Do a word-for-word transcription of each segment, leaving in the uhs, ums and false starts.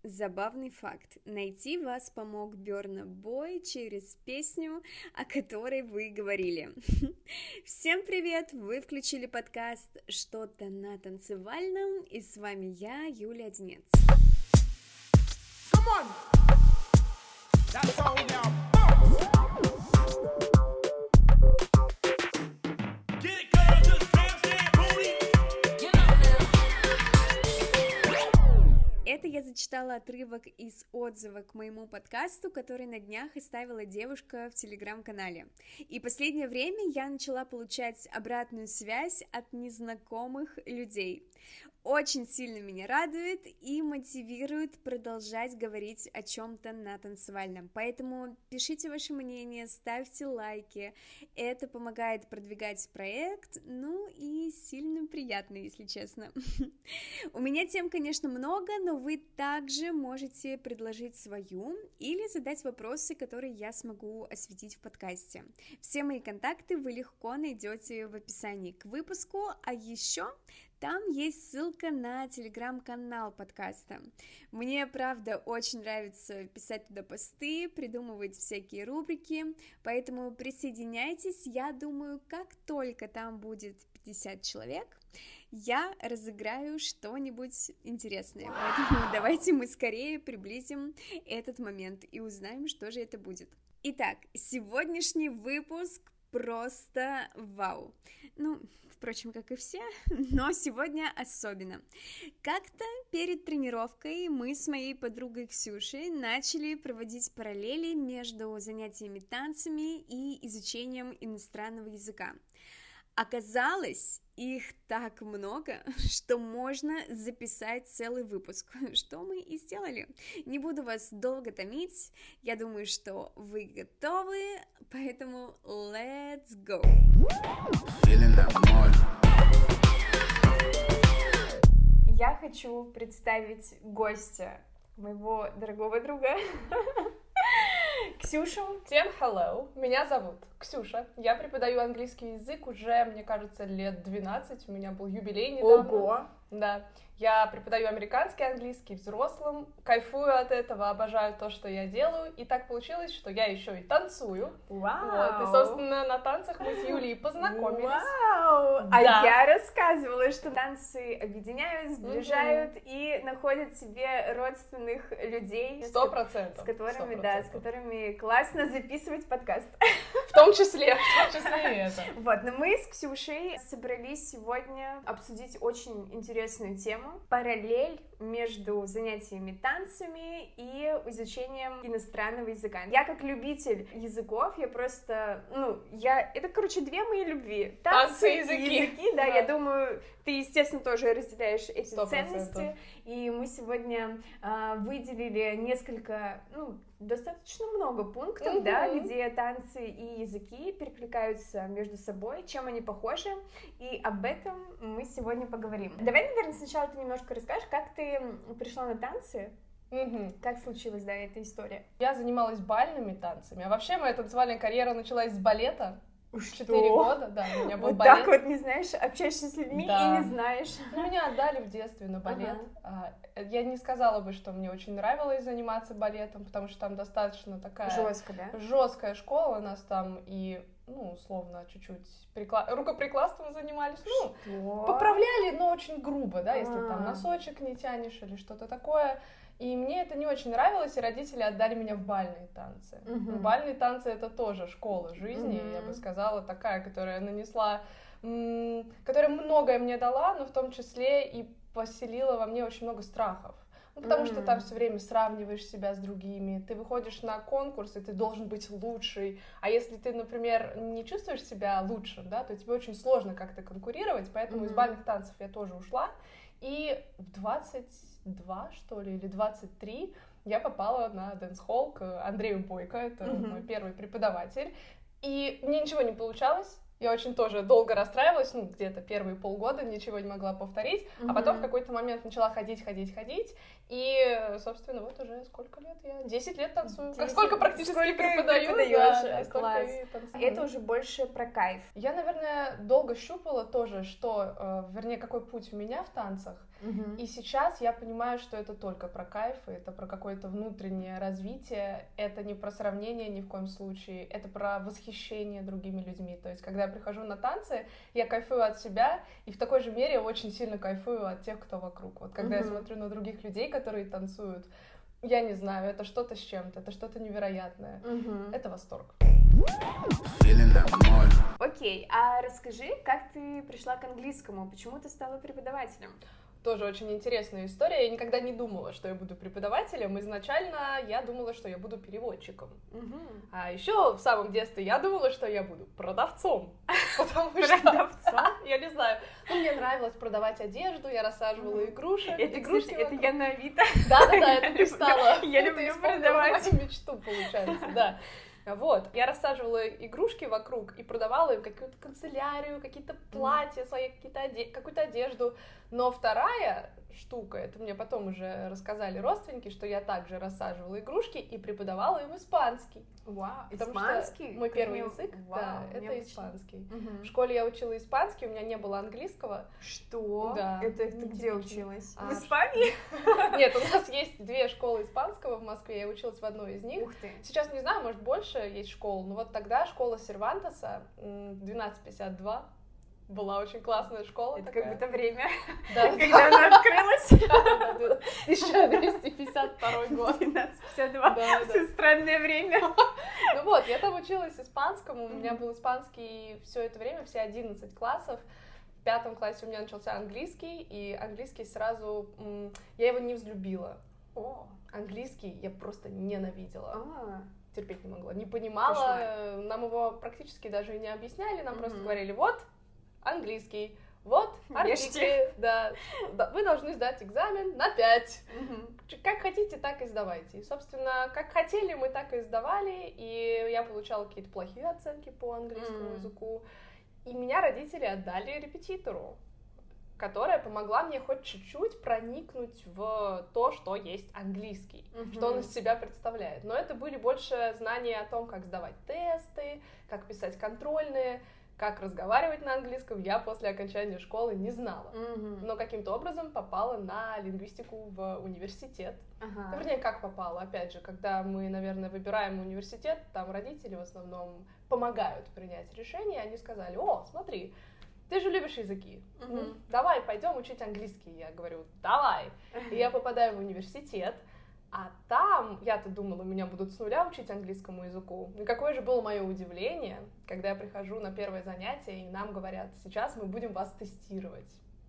Забавный факт. Найти вас помог Burna Boy через песню, о которой вы говорили. Всем привет! Вы включили подкаст «Что-то на танцевальном», и с вами я, Юлия Одинец. Come on. That's how we now. Это я зачитала отрывок из отзыва к моему подкасту, который на днях оставила девушка в телеграм-канале. И последнее время я начала получать обратную связь от незнакомых людей. Очень сильно меня радует и мотивирует продолжать говорить о чем-то на танцевальном. Поэтому пишите ваше мнение, ставьте лайки. Это помогает продвигать проект, ну и сильно приятно, если честно. У меня тем, конечно, много, но вы также можете предложить свою или задать вопросы, которые я смогу осветить в подкасте. Все мои контакты вы легко найдете в описании к выпуску, а еще там есть ссылка на телеграм-канал подкаста. Мне, правда, очень нравится писать туда посты, придумывать всякие рубрики, поэтому присоединяйтесь. Я думаю, как только там будет пятьдесят человек, я разыграю что-нибудь интересное. Поэтому давайте мы скорее приблизим этот момент и узнаем, что же это будет. Итак, сегодняшний выпуск просто вау. Ну, впрочем, как и все, но сегодня особенно. Как-то перед тренировкой мы с моей подругой Ксюшей начали проводить параллели между занятиями танцами и изучением иностранного языка. Оказалось, их так много, что можно записать целый выпуск, что мы и сделали. Не буду вас долго томить, я думаю, что вы готовы, поэтому let's go! Я хочу представить гостя, моего дорогого друга. Ксюшу. Всем hello, меня зовут Ксюша, я преподаю английский язык уже, мне кажется, лет двенадцать, у меня был юбилей недавно. Ого! Да, я преподаю американский английский взрослым, кайфую от этого, обожаю то, что я делаю, и так получилось, что я еще и танцую. Вау! Вот, и, собственно, на танцах мы с Юлей познакомились. Вау! Да. А я рассказывала, что танцы объединяют, сближают mm-hmm. и находят себе родственных людей. Сто процентов. С которыми, да, с которыми классно записывать подкаст. В том числе, в том числе и это. Вот, но мы с Ксюшей собрались сегодня обсудить очень интересную тему. Параллель между занятиями танцами и изучением иностранного языка. Я как любитель языков, я просто, ну, я, это, короче, две мои любви. Танцы, Танцы и языки. И языки, да, да, я думаю, ты, естественно, тоже разделяешь эти сто процентов. ценности. И мы сегодня а, выделили несколько, ну, достаточно много пунктов, mm-hmm. да, где танцы и языки перекликаются между собой, чем они похожи, и об этом мы сегодня поговорим. Давай, наверное, сначала ты немножко расскажешь, как ты пришла на танцы, mm-hmm. как случилась, да, эта история. Я занималась бальными танцами, а вообще моя танцевальная карьера началась с балета. Четыре года, да, у меня был вот балет. Так вот, не знаешь, общаешься с людьми да. и не знаешь. Ну, меня отдали в детстве на балет. Ага. Я не сказала бы, что мне очень нравилось заниматься балетом, потому что там достаточно такая... Жестко, да? Жесткая школа, у нас там и, ну, условно, чуть-чуть прикла... рукоприкладством занимались. Ну, что? Поправляли, но очень грубо, да, если А-а-а. там носочек не тянешь или что-то такое. И мне это не очень нравилось, и родители отдали меня в бальные танцы. Uh-huh. Бальные танцы — это тоже школа жизни, uh-huh. я бы сказала, такая, которая нанесла, м- которая многое мне дала, но в том числе и поселила во мне очень много страхов. Ну, потому uh-huh. что там все время сравниваешь себя с другими, ты выходишь на конкурс, и ты должен быть лучший, а если ты, например, не чувствуешь себя лучшим, да, то тебе очень сложно как-то конкурировать, поэтому uh-huh. из бальных танцев я тоже ушла, и в двадцать два, что ли, или двадцать три я попала на дэнс-холл к Андрею Бойко, это uh-huh. мой первый преподаватель, и мне ничего не получалось, я очень тоже долго расстраивалась, ну, где-то первые полгода ничего не могла повторить, uh-huh. а потом в какой-то момент начала ходить, ходить, ходить, и, собственно, вот уже сколько лет я? десять лет танцую, десять. Как сколько практически сколько преподаю, да, да, класс. Это уже больше про кайф. Я, наверное, долго щупала тоже, что, э, вернее, какой путь у меня в танцах. Uh-huh. И сейчас я понимаю, что это только про кайф, это про какое-то внутреннее развитие, это не про сравнение ни в коем случае, это про восхищение другими людьми. То есть, когда я прихожу на танцы, я кайфую от себя, и в такой же мере очень сильно кайфую от тех, кто вокруг. Вот когда uh-huh. я смотрю на других людей, которые танцуют, я не знаю, это что-то с чем-то, это что-то невероятное. Uh-huh. Это восторг. Окей, okay, а расскажи, как ты пришла к английскому, почему ты стала преподавателем? Тоже очень интересная история. Я никогда не думала, что я буду преподавателем. Изначально я думала, что я буду переводчиком. Угу. А еще в самом детстве я думала, что я буду продавцом. Потому что, я не знаю, мне нравилось продавать одежду, я рассаживала игрушек. Это, кстати, это я на Авито. Да-да-да, это ты стала. Я люблю продавать. Мою мечту, получается, да. Вот, я рассаживала игрушки вокруг и продавала им какую-то канцелярию, какие-то платья свои, какие-то оде... какую-то одежду. Но вторая штука, это мне потом уже рассказали родственники, что я также рассаживала игрушки и преподавала им испанский. Вау, потому испанский? Что мой первый язык, Вау, да, это испанский. Угу. В школе я учила испанский, у меня не было английского. Что? Да. Это ты где училась? А, в Испании? Нет, у нас есть две школы испанского в Москве, я училась в одной из них. Ух ты. Сейчас не знаю, может больше есть школ, но вот тогда школа Сервантеса двенадцать пятьдесят два была очень классная школа. Это такая. как будто время, да, когда да. она открылась. тысяча двести пятьдесят второй год. двенадцать пятьдесят два, да, да. Странное время. Ну вот, я там училась испанскому, у меня был испанский все это время, все одиннадцать классов. В пятом классе у меня начался английский, и английский сразу, я его не взлюбила. О, английский я просто ненавидела. А. Терпеть не могла, не понимала, Кошмар. Нам его практически даже и не объясняли, нам Mm-hmm. просто говорили, вот, английский, вот, артикли, да, да, вы должны сдать экзамен на пять, mm-hmm. как хотите, так и сдавайте. И, собственно, как хотели, мы так и сдавали, и я получала какие-то плохие оценки по английскому mm-hmm. языку, и меня родители отдали репетитору, которая помогла мне хоть чуть-чуть проникнуть в то, что есть английский, mm-hmm. что он из себя представляет. Но это были больше знания о том, как сдавать тесты, как писать контрольные, как разговаривать на английском, я после окончания школы не знала. Mm-hmm. Но каким-то образом попала на лингвистику в университет. Uh-huh. Ну, вернее, как попала? Опять же, когда мы, наверное, выбираем университет, там родители в основном помогают принять решение, они сказали, о, смотри, ты же любишь языки, uh-huh. давай пойдем учить английский. Я говорю, давай. Uh-huh. И я попадаю в университет, а там, я-то думала, меня будут с нуля учить английскому языку. И какое же было мое удивление, когда я прихожу на первое занятие, и нам говорят, сейчас мы будем вас тестировать.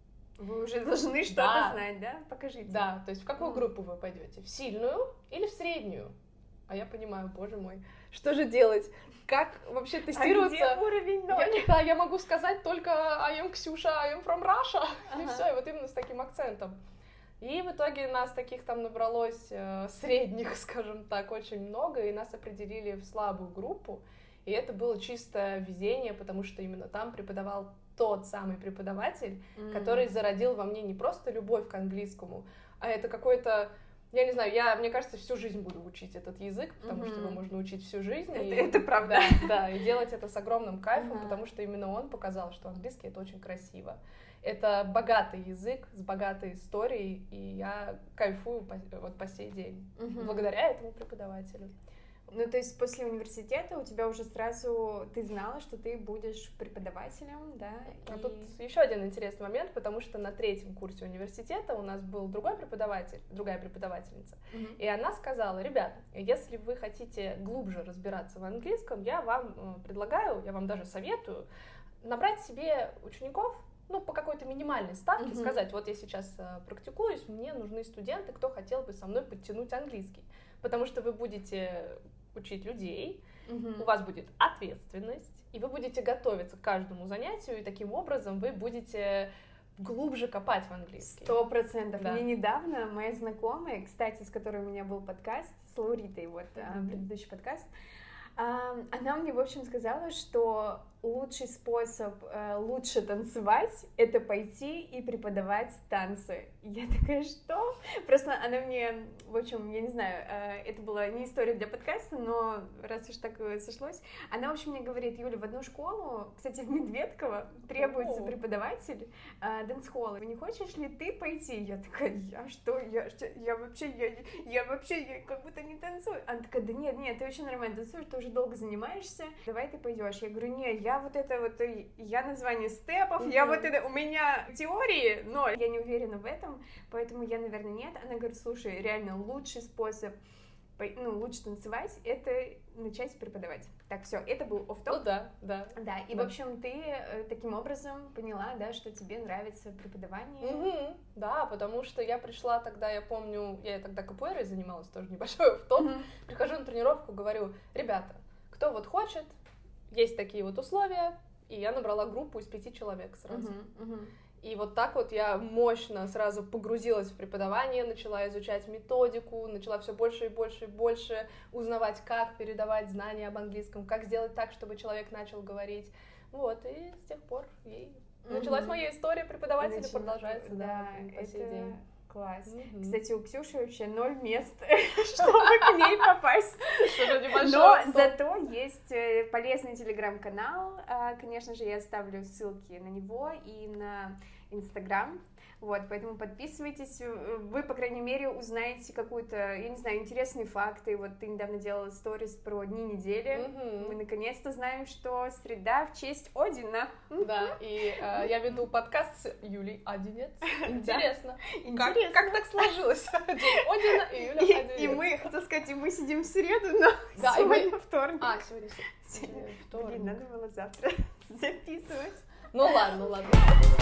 Вы уже должны что-то да. знать, да? Покажите. Да, то есть в какую группу вы пойдете? В сильную или в среднюю? А я понимаю, боже мой, что же делать? Как вообще тестироваться? А где уровень ноль? Я, да, я могу сказать только I am Ксюша, I am from Russia. Ага. И все, и вот именно с таким акцентом. И в итоге нас таких там набралось э, средних, скажем так, очень много, и нас определили в слабую группу. И это было чисто везение, потому что именно там преподавал тот самый преподаватель, mm. который зародил во мне не просто любовь к английскому, а это какой-то, я не знаю, я, мне кажется, всю жизнь буду учить этот язык, потому mm-hmm. что его можно учить всю жизнь. Это, и, это правда. Да, да, и делать это с огромным кайфом, mm-hmm. потому что именно он показал, что английский — это очень красиво. Это богатый язык с богатой историей, и я кайфую по, вот по сей день, mm-hmm. благодаря этому преподавателю. Ну, то есть после университета у тебя уже сразу, ты знала, что ты будешь преподавателем, да? А и... тут еще один интересный момент, потому что на третьем курсе университета у нас был другой преподаватель, другая преподавательница, mm-hmm. и она сказала, ребят, если вы хотите глубже разбираться в английском, я вам предлагаю, я вам даже советую набрать себе учеников, ну, по какой-то минимальной ставке, mm-hmm. сказать, вот я сейчас э, практикуюсь, мне нужны студенты, кто хотел бы со мной подтянуть английский, потому что вы будете учить людей, mm-hmm. у вас будет ответственность, и вы будете готовиться к каждому занятию, и таким образом вы будете глубже копать в английский. Сто процентов. Да. Мне недавно моя знакомая, кстати, с которой у меня был подкаст, с Лауритой, вот, mm-hmm. предыдущий подкаст, она мне, в общем, сказала, что лучший способ э, лучше танцевать — это пойти и преподавать танцы. Я такая, что? Просто она мне, в общем, я не знаю, э, это была не история для подкаста, но раз уж так сошлось, она, в общем, мне говорит: Юля, в одну школу, кстати, в Медведково, требуется О. преподаватель э, дэнс-холла. Не хочешь ли ты пойти? Я такая, я что? Я, что? я вообще, я, я вообще, я как будто не танцую. Она такая, да нет, нет, ты вообще нормально танцуешь, ты уже долго занимаешься, давай ты пойдешь. Я говорю, не, я вот это вот, я название степов, mm-hmm. я вот это, у меня теории, но я не уверена в этом, поэтому я, наверное, нет. Она говорит, слушай, реально лучший способ, ну, лучше танцевать, это начать преподавать. Так, все, это был офф-топ. Ну да, да. Да, и, да. в общем, ты таким образом поняла, да, что тебе нравится преподавание. Mm-hmm. Да, потому что я пришла тогда, я помню, я тогда капуэрой занималась, тоже небольшой офф-топ, mm-hmm. прихожу на тренировку, говорю, ребята, кто вот хочет, есть такие вот условия, и я набрала группу из пяти человек сразу. Uh-huh, uh-huh. И вот так вот я мощно сразу погрузилась в преподавание, начала изучать методику, начала все больше и больше и больше узнавать, как передавать знания об английском, как сделать так, чтобы человек начал говорить. Вот, и с тех пор ей uh-huh. началась моя история преподавателя, Начала... продолжается да, да, по это... сей день. Класс. Mm-hmm. Кстати, у Ксюши вообще ноль мест, чтобы к ней попасть. Но зато есть полезный телеграм-канал. Конечно же, я оставлю ссылки на него и на Инстаграм. Вот, поэтому подписывайтесь. Вы, по крайней мере, узнаете какую-то, я не знаю, интересные факты. Вот ты недавно делала сторис про дни недели. Mm-hmm. Мы наконец-то знаем, что среда в честь Одина. Да, и э, я веду подкаст с Юлей Одинец. Интересно. Как, как так сложилось? День Одина и Юля и, Одинец. И мы, хотела сказать, и мы сидим в среду, но да, сегодня мы... вторник. А, сегодня, сегодня вторник. Блин, надо было завтра записывать. Ну ладно, ну ладно.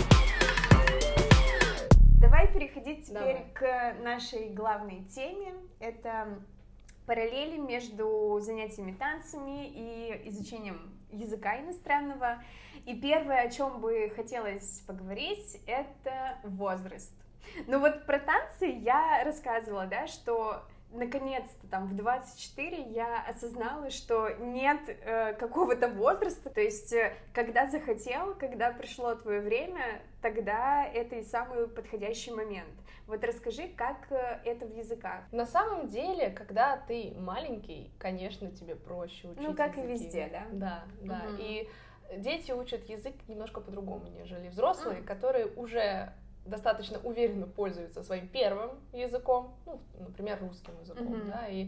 Давай переходить теперь Давай. к нашей главной теме. Это параллели между занятиями танцами и изучением языка иностранного. И первое, о чем бы хотелось поговорить, это возраст. Ну вот про танцы я рассказывала, да, что наконец-то там в двадцать четыре я осознала, что нет э, какого-то возраста, то есть э, когда захотел, когда пришло твое время, тогда это и самый подходящий момент. Вот расскажи, как э, это в языках. На самом деле, когда ты маленький, конечно, тебе проще учить Ну, как языки. и везде, да? Да, да, угу. и дети учат язык немножко по-другому, нежели взрослые, mm. которые уже достаточно уверенно пользуются своим первым языком, ну, например, русским языком, mm-hmm. да, и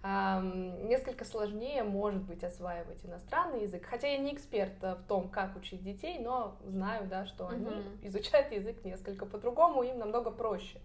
эм, несколько сложнее, может быть, осваивать иностранный язык, хотя я не эксперт в том, как учить детей, но знаю, да, что mm-hmm. они изучают язык несколько по-другому, им намного проще.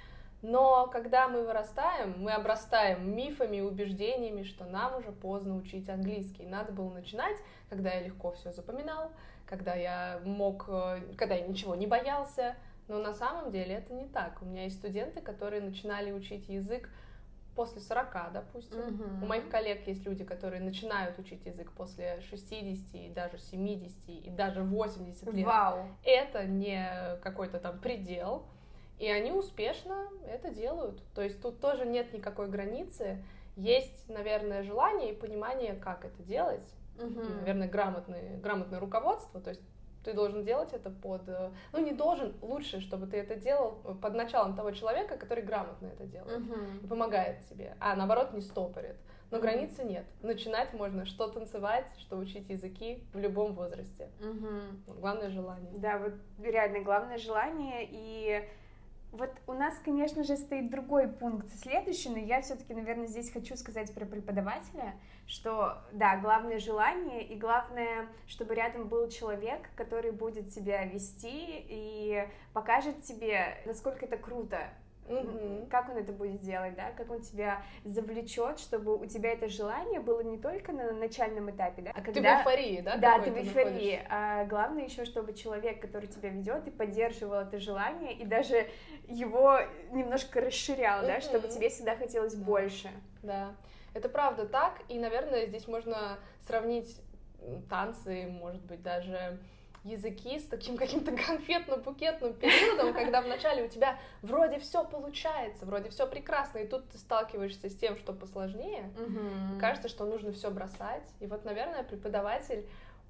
Но когда мы вырастаем, мы обрастаем мифами и убеждениями, что нам уже поздно учить английский. Надо было начинать, когда я легко все запоминал, когда я мог, когда я ничего не боялся. Но на самом деле это не так. У меня есть студенты, которые начинали учить язык после сорока, допустим. Uh-huh. У моих коллег есть люди, которые начинают учить язык после шестидесяти, и даже семидесяти, и даже восьмидесяти лет. Вау. Это не какой-то там предел. И они успешно это делают. То есть тут тоже нет никакой границы. Есть, наверное, желание и понимание, как это делать. Uh-huh. И, наверное, грамотное, грамотное руководство. То есть ты должен делать это под... Ну, не должен, лучше, чтобы ты это делал под началом того человека, который грамотно это делает uh-huh. и помогает тебе, а наоборот не стопорит. Но uh-huh. границы нет. Начинать можно что танцевать, что учить языки в любом возрасте. Uh-huh. Главное желание. Да, вот реально главное желание. И вот у нас, конечно же, стоит другой пункт следующий, но я все-таки, наверное, здесь хочу сказать про преподавателя, что, да, главное желание, и главное, чтобы рядом был человек, который будет тебя вести и покажет тебе, насколько это круто, mm-hmm. как он это будет делать, да, как он тебя завлечет, чтобы у тебя это желание было не только на начальном этапе, да, а когда... Ты в эйфории, да? Да, ты в эйфории, а главное еще, чтобы человек, который тебя ведет, и поддерживал это желание, и даже его немножко расширял, mm-hmm. да, чтобы тебе всегда хотелось да. больше. Да. Это правда так, и, наверное, здесь можно сравнить танцы, может быть, даже языки с таким каким-то конфетно-букетным периодом, когда вначале у тебя вроде все получается, вроде все прекрасно, и тут ты сталкиваешься с тем, что посложнее, mm-hmm. кажется, что нужно все бросать. И вот, наверное, преподаватель,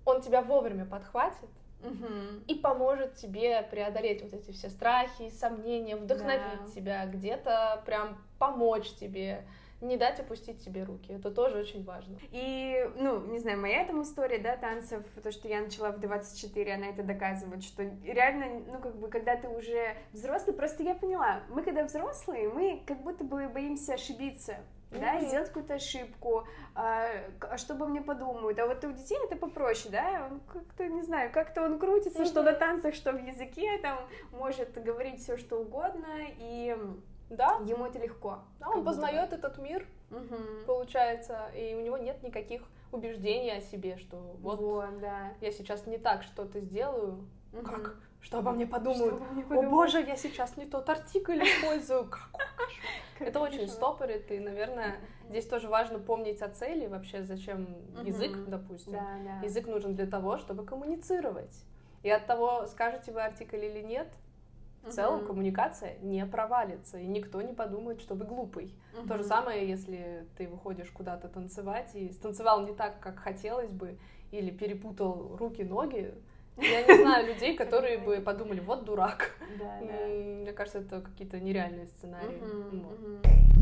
он тебя вовремя подхватит Угу. и поможет тебе преодолеть вот эти все страхи, сомнения, вдохновить Да. тебя, где-то прям помочь тебе, не дать опустить себе руки. Это тоже очень важно. И, ну, не знаю, моя там история, да, танцев, то, что я начала в двадцать четыре, она это доказывает, что реально, ну, как бы, когда ты уже взрослый, просто я поняла, мы когда взрослые, мы как будто бы боимся ошибиться, да, Мгм. сделать какую-то ошибку, а, к- а что обо мне подумают, а вот у детей это попроще, да, он как-то, не знаю, как-то он крутится, что Мгм. на танцах, что в языке, там, может говорить все что угодно, и Да, ему это легко. да, он познает этот мир, Мгм. получается, и у него нет никаких убеждений о себе, что вот, Вот, да. я сейчас не так что-то сделаю, Мгм. как? Что обо мне подумают? Что обо мне О подумают? боже, я сейчас не тот артикль использую. Какой кошмар. Как Это очень кошмар. стопорит, и, наверное, здесь тоже важно помнить о цели, вообще зачем Мгм. язык, допустим. Да, да. Язык нужен для того, чтобы коммуницировать. И от того, скажете вы артикль или нет, в целом Мгм. коммуникация не провалится, и никто не подумает, что вы глупый. Мгм. То же самое, если ты выходишь куда-то танцевать и станцевал не так, как хотелось бы, или перепутал руки-ноги. Я не знаю людей, которые бы подумали, вот дурак. Да, да. М, Мне кажется, это какие-то нереальные сценарии. Мгм, Вот. мгм.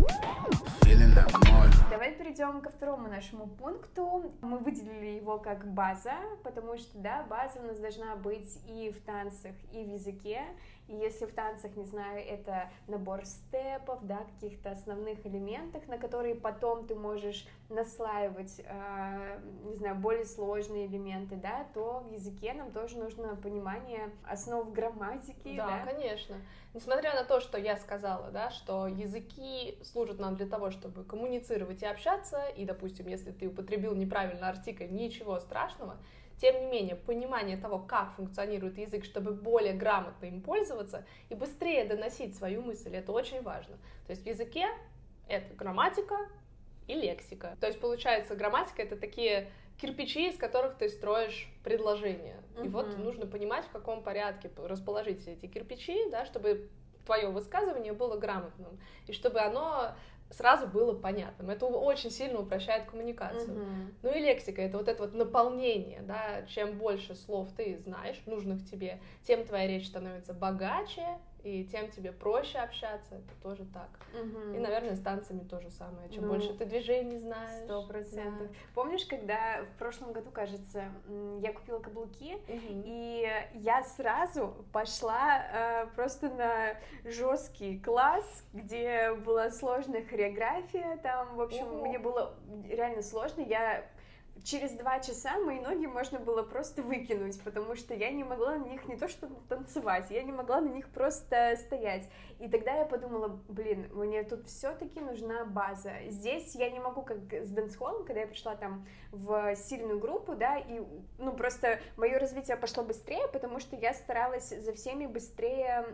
Feeling like more. Давай перейдем ко второму нашему пункту. Мы выделили его как база, потому что, да, база у нас должна быть и в танцах, и в языке. И если в танцах, не знаю, это набор степов, да, каких-то основных элементов, на которые потом ты можешь наслаивать, э, не знаю, более сложные элементы, да, то в языке нам тоже нужно понимание основ грамматики, Да, да. конечно. Несмотря на то, что я сказала, да, что языки служат нам для того, чтобы коммуницировать и общаться, и, допустим, если ты употребил неправильно артикль, ничего страшного, тем не менее, понимание того, как функционирует язык, чтобы более грамотно им пользоваться и быстрее доносить свою мысль, это очень важно. То есть в языке это грамматика и лексика. То есть, получается, грамматика — это такие кирпичи, из которых ты строишь предложение. И вот Мгм. нужно понимать, в каком порядке расположить все эти кирпичи, да, чтобы твое высказывание было грамотным, и чтобы оно сразу было понятным. Это очень сильно упрощает коммуникацию. Мгм. Ну и лексика — это вот это вот наполнение, да, чем больше слов ты знаешь, нужных тебе, тем твоя речь становится богаче, и тем тебе проще общаться, это тоже так. Мгм. И, наверное, с танцами то же самое, чем Ну, больше ты движений знаешь. Сто процентов. Помнишь, когда в прошлом году, кажется, м, я купила каблуки, Да. Мгм. и я сразу пошла э, просто на жесткий класс, где была сложная хореография, там, в общем, Ого. мне было реально сложно, я через два часа мои ноги можно было просто выкинуть, потому что я не могла на них не то что танцевать, я не могла на них просто стоять. И тогда я подумала, блин, мне тут все-таки нужна база. Здесь я не могу, как с дэнс-холлом, когда я пришла там в сильную группу, да, и, ну, просто мое развитие пошло быстрее, потому что я старалась за всеми быстрее,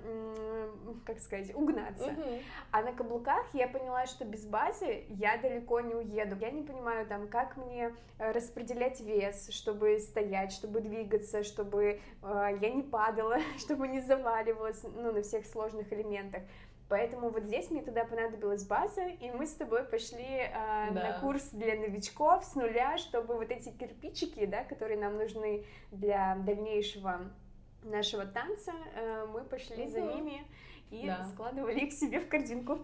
м, как сказать, угнаться. Мгм. А на каблуках я поняла, что без базы я далеко не уеду. Я не понимаю, там, как мне э, распределять вес, чтобы стоять, чтобы двигаться, чтобы э, я не падала, чтобы не заваливалась, ну, на всех сложных элементах. Поэтому вот здесь мне тогда понадобилась база, и мы с тобой пошли э, Да. на курс для новичков с нуля, чтобы вот эти кирпичики, да, которые нам нужны для дальнейшего нашего танца, э, мы пошли за Мгм. ними и Да. складывали их себе в корзинку.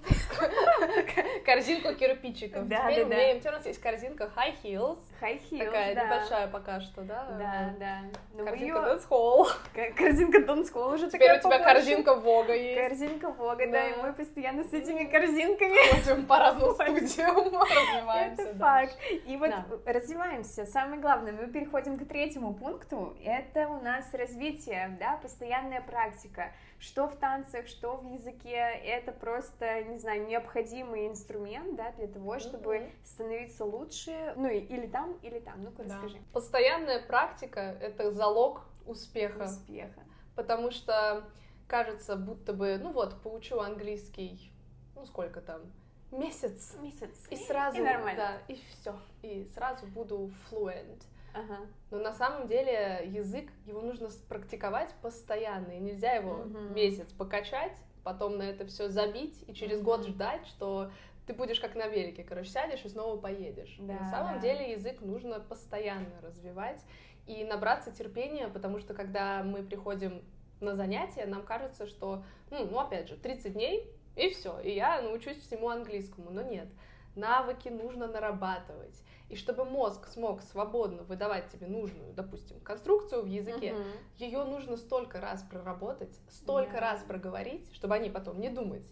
Корзинку кирпичиков. Да, Теперь да, у да. меня теперь у нас есть корзинка high heels, High heels, такая да. небольшая пока что, да? Да, да. Но мы Корзинка её- Dance Hall. К- Корзинка Dance Hall уже Теперь такая у тебя побольше. корзинка Вога есть. Корзинка Вога, да, Да. и мы постоянно с этими корзинками. Ходим по разным студиям, развиваемся. Это дальше. факт. И вот Да. развиваемся. Самое главное, мы переходим к третьему пункту. Это у нас развитие, да, постоянная практика. Что в танцах, что в языке. Это просто, не знаю, необходимый инструмент, да, для того, чтобы Мгм. становиться лучше. Ну, и- или там, или там. Ну-ка, Да. расскажи. Постоянная практика — это залог успеха, Успеха. потому что кажется, будто бы, ну вот, поучу английский, ну сколько там, месяц, Месяц. и сразу, И нормально. да, и все, и сразу буду fluent. Ага. Но на самом деле язык, его нужно практиковать постоянно, и нельзя его Мгм. месяц покачать, потом на это все забить, и через Мгм. год ждать, что ты будешь как на велике, короче, сядешь и снова поедешь. Да, на самом да. деле язык нужно постоянно развивать и набраться терпения, потому что когда мы приходим на занятия, нам кажется, что, ну, ну опять же, тридцать дней, и все, и я научусь всему английскому, но нет. Навыки нужно нарабатывать. И чтобы мозг смог свободно выдавать тебе нужную, допустим, конструкцию в языке, Мгм. ее нужно столько раз проработать, столько Да. раз проговорить, чтобы они потом не думать,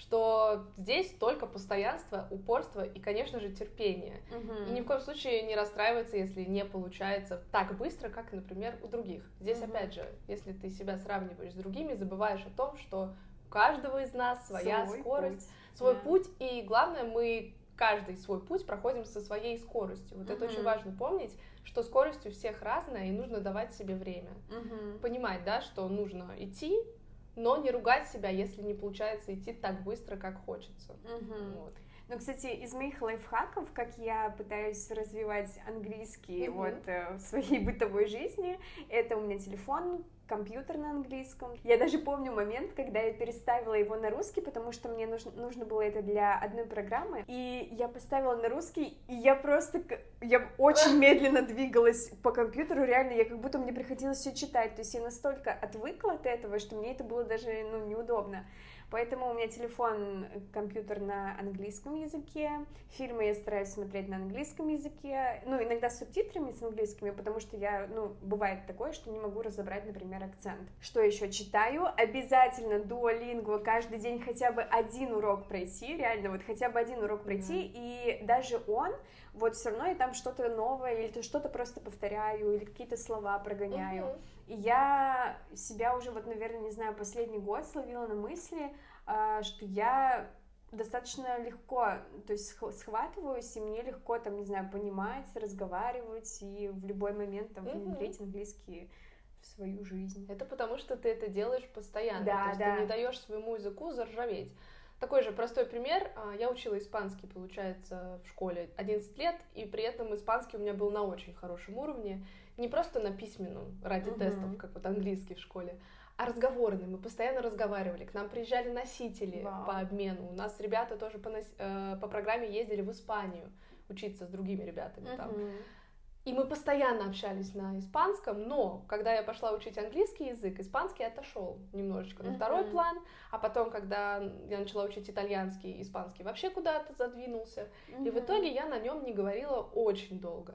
что здесь только постоянство, упорство и, конечно же, терпение. Мгм. И ни в коем случае не расстраиваться, если не получается так быстро, как, например, у других. Здесь, Мгм. опять же, если ты себя сравниваешь с другими, забываешь о том, что у каждого из нас своя Свой скорость, путь. свой Да. путь, и главное, мы каждый свой путь проходим со своей скоростью. Вот это Мгм. очень важно помнить, что скорость у всех разная, и нужно давать себе время. Мгм. Понимать, да, что нужно идти, но не ругать себя, если не получается идти так быстро, как хочется. Мгм. Вот. Ну, кстати, из моих лайфхаков, как я пытаюсь развивать английский Мгм. вот э, в своей бытовой жизни, это у меня телефон, компьютер на английском. Я даже помню момент, когда я переставила его на русский, потому что мне нужно, нужно было это для одной программы, и я поставила на русский, и я просто, к- я очень медленно двигалась по компьютеру, реально, я как будто мне приходилось все читать, то есть я настолько отвыкла от этого, что мне это было даже, ну, неудобно. Поэтому у меня телефон, компьютер на английском языке, фильмы я стараюсь смотреть на английском языке, ну, иногда с субтитрами, с английскими, потому что я, ну, бывает такое, что не могу разобрать, например, акцент. Что еще читаю? Обязательно Duolingo, каждый день хотя бы один урок пройти, реально, вот хотя бы один урок пройти, Мгм. и даже он, вот все равно я там что-то новое, или то что-то просто повторяю, или какие-то слова прогоняю. Мгм. И я себя уже, вот, наверное, не знаю, последний год словила на мысли, а, что я достаточно легко, то есть сх- схватываюсь, и мне легко, там, не знаю, понимать, разговаривать, и в любой момент, там, Мгм. внедрить английский в свою жизнь. Это потому, что ты это делаешь постоянно, Да, то есть да. ты не даешь своему языку заржаветь. Такой же простой пример. а, Я учила испанский, получается, в школе одиннадцать лет, и при этом испанский у меня был на очень хорошем уровне. Не просто на письменном, ради Мгм. тестов, как вот английский в школе, а разговорный. Мы постоянно разговаривали. К нам приезжали носители Вау. по обмену. У нас ребята тоже по, нос- э, по программе ездили в Испанию учиться с другими ребятами там. Мгм. И мы постоянно общались на испанском, но когда я пошла учить английский язык, испанский отошел немножечко на Мгм. второй план, а потом, когда я начала учить итальянский, испанский вообще куда-то задвинулся, и в Мгм. итоге я на нем не говорила очень долго.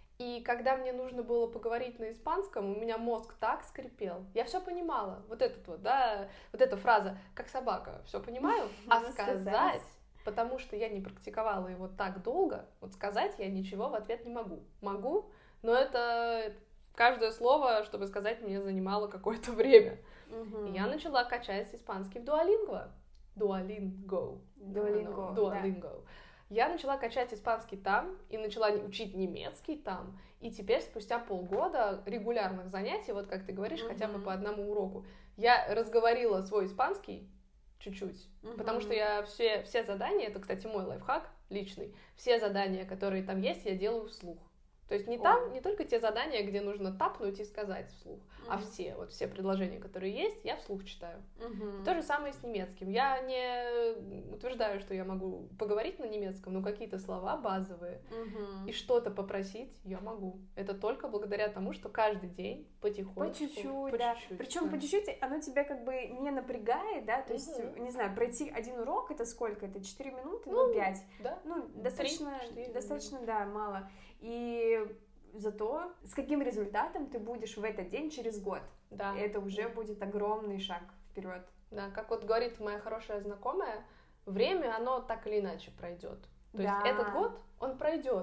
И когда мне нужно было поговорить на испанском, у меня мозг так скрипел. Я все понимала. Вот этот вот, да, вот эта фраза «как собака», все понимаю, а Ну, сказать, сказать. потому что я не практиковала его так долго, вот сказать я ничего в ответ не могу. Могу, но это каждое слово, чтобы сказать, мне занимало какое-то время. Мгм. И я начала качать испанский в Duolingo. Duolingo. Duolingo, Duolingo. Я начала качать испанский там и начала учить немецкий там. И теперь, спустя полгода регулярных занятий, вот как ты говоришь, хотя бы Мгм. по одному уроку, я разговорила свой испанский чуть-чуть, Мгм. потому что я все, все задания, это, кстати, мой лайфхак личный, все задания, которые там есть, я делаю вслух. То есть не О. там, не только те задания, где нужно тапнуть и сказать вслух, а Мгм. все, вот все предложения, которые есть, я вслух читаю. Мгм. То же самое с немецким. Я не утверждаю, что я могу поговорить на немецком, но какие-то слова базовые Мгм. и что-то попросить я могу. Это только благодаря тому, что каждый день потихоньку. По чуть-чуть, по да. чуть-чуть, Причем да. по чуть-чуть оно тебя как бы не напрягает, да, то есть, Мгм. не знаю, пройти один урок, это сколько? Это четыре минуты, ну, Ну, пять. Да? Ну, Три, достаточно, четыре, достаточно, да, мало. И зато с каким результатом ты будешь в этот день через год? Да. Это уже будет огромный шаг вперед. Да, как вот говорит моя хорошая знакомая, время, оно так или иначе пройдет. То Да. есть этот год, он пройдет.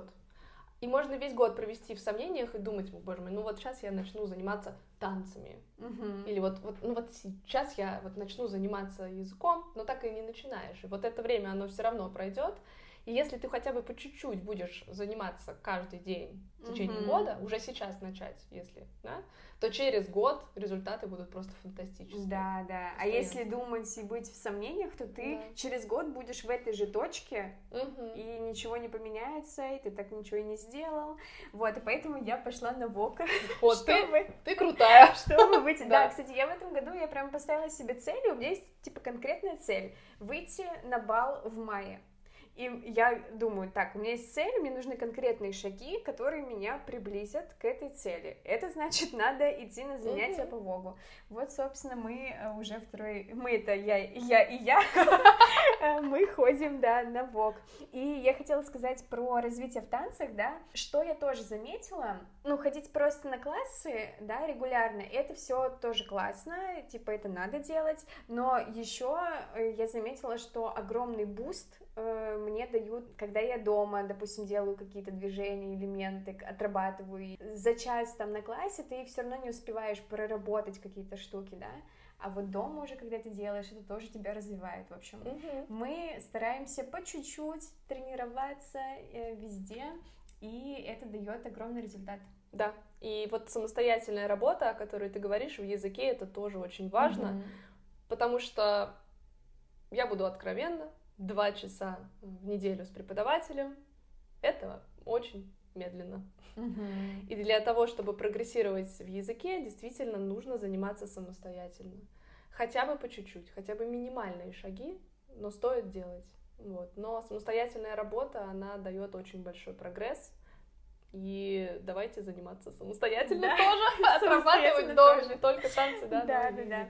И можно весь год провести в сомнениях и думать, боже мой, ну вот сейчас я начну заниматься танцами. Мгм. Или вот, вот, ну вот сейчас я вот начну заниматься языком, но так и не начинаешь. И вот это время, оно все равно пройдет. И если ты хотя бы по чуть-чуть будешь заниматься каждый день в течение Мгм. года, уже сейчас начать, если, да, то через год результаты будут просто фантастические. Да, да. А Постоянно. если думать и быть в сомнениях, то ты Да. через год будешь в этой же точке, Мгм. и ничего не поменяется, и ты так ничего и не сделал. Вот, и поэтому я пошла на ВОК, Вот ты, чтобы, ты крутая. чтобы выйти. Да. Да, кстати, я в этом году, я прям поставила себе цель, и у меня есть, типа, конкретная цель — выйти на бал в мае. И я думаю, так, у меня есть цель, мне нужны конкретные шаги, которые меня приблизят к этой цели. Это значит, надо идти на занятия mm-hmm. по вогу. Вот, собственно, мы уже второй... Мы это я, я и я. Мы ходим, да, на вог. И я хотела сказать про развитие в танцах, да, что я тоже заметила. Ну, ходить просто на классы, да, регулярно, это все тоже классно, типа, это надо делать. Но еще я заметила, что огромный буст мне дают, когда я дома, допустим, делаю какие-то движения, элементы, отрабатываю. За час там на классе ты все равно не успеваешь проработать какие-то штуки, да? А вот дома уже, когда ты делаешь, это тоже тебя развивает, в общем. Mm-hmm. Мы стараемся по чуть-чуть тренироваться э, везде, и это дает огромный результат. Да, и вот самостоятельная работа, о которой ты говоришь в языке, это тоже очень важно, mm-hmm. потому что я буду откровенна, два часа в неделю с преподавателем, это очень медленно. Mm-hmm. И для того, чтобы прогрессировать в языке, действительно нужно заниматься самостоятельно. Хотя бы по чуть-чуть, хотя бы минимальные шаги, но стоит делать. Вот. Но самостоятельная работа, она дает очень большой прогресс. И давайте заниматься самостоятельно да. тоже, отрабатывать дома, не только танцы, да, да, да, да.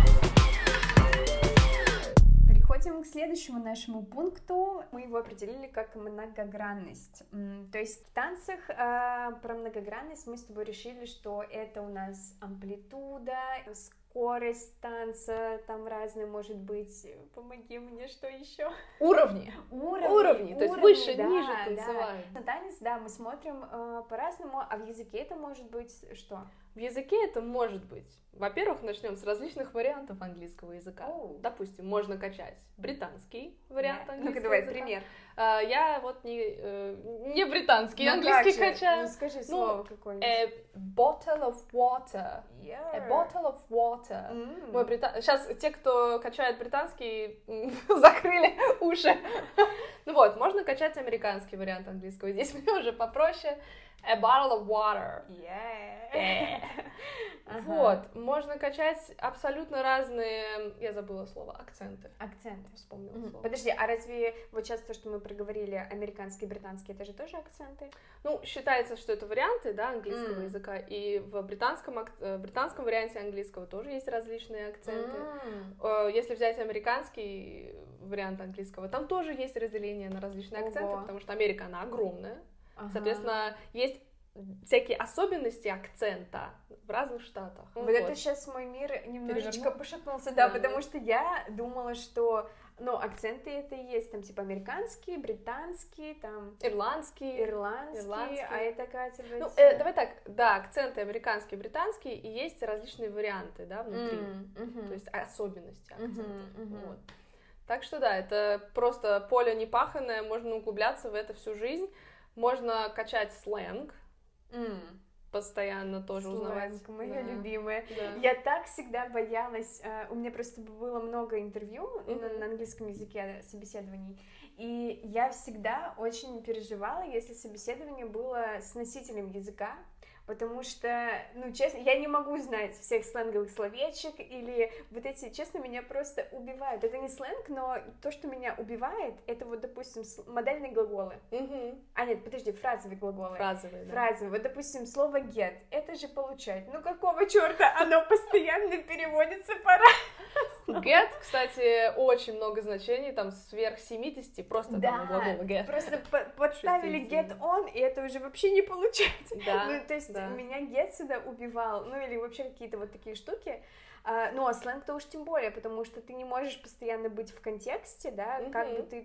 Переходим к следующему нашему пункту. Мы его определили как многогранность. То есть в танцах э, про многогранность мы с тобой решили, что это у нас амплитуда, скорость танца, там разные, может быть, помоги мне, что еще? Уровни. Уровни. Уровни, то есть уровни, выше, да, ниже да. танцевать. На танец, да, мы смотрим э, по-разному, а в языке это может быть что? В языке это может быть. Во-первых, начнем с различных вариантов английского языка. Oh. Допустим, можно качать британский вариант yeah. английского Ну-ка, давай, языка. пример. Uh, я вот не, uh, не британский, ну, английский качаю. Ну, скажи слово ну, какое-нибудь. A bottle of water. Yeah. A bottle of water. Mm. Мой брита... Сейчас те, кто качает британский, закрыли уши. Ну вот, можно качать американский вариант английского. Здесь мне уже попроще. A bottle of water. Yeah. Yeah. Uh-huh. Вот, можно качать абсолютно разные, я забыла слово, акценты. Акценты. Вспомнила mm-hmm. слово. Подожди, а разве вот сейчас то, что мы проговорили, американский, британский, это же тоже акценты? Ну, считается, что это варианты, да, английского mm. языка, и в британском, в британском варианте английского тоже есть различные акценты. Mm. Если взять американский вариант английского, там тоже есть разделение на различные Ого. акценты, потому что Америка, она огромная. Ага. Соответственно, есть всякие особенности акцента в разных штатах. Вот, вот. Это сейчас мой мир немножечко пошатнулся, да, да, потому да. что я думала, что, ну, акценты это и есть, там, типа, американский, британский, там... Ирландский. Ирландский, ирландский. А это, оказывается... Ну, э, давай так, да, акценты американский, британский, и есть различные варианты, да, внутри, mm, uh-huh. то есть особенности акцента, uh-huh, uh-huh. вот. Так что, да, это просто поле непаханное, можно углубляться в это всю жизнь. Можно качать сленг, mm. постоянно тоже сленг, узнавать. Сленг, моя да. любимая. Да. Я так всегда боялась, uh, у меня просто было много интервью mm-hmm. на, на английском языке, собеседований, и я всегда очень переживала, если собеседование было с носителем языка, потому что, ну, честно, я не могу знать всех сленговых словечек, или вот эти, честно, меня просто убивают. Это не сленг, но то, что меня убивает, это вот, допустим, модальные глаголы. Угу. А, нет, подожди, фразовые глаголы. Фразовые, да. Фразовые. Вот, допустим, слово get, это же получать. Ну, какого черта оно постоянно переводится по-разному? Get, кстати, очень много значений, там сверх семидесяти, просто да, там глаголы get. Просто подставили get on, и это уже вообще не получается. Да. Ну, то есть Да. меня get сюда убивал, ну или вообще какие-то вот такие штуки, а, ну а сленг-то уж тем более, потому что ты не можешь постоянно быть в контексте, да, mm-hmm. как бы ты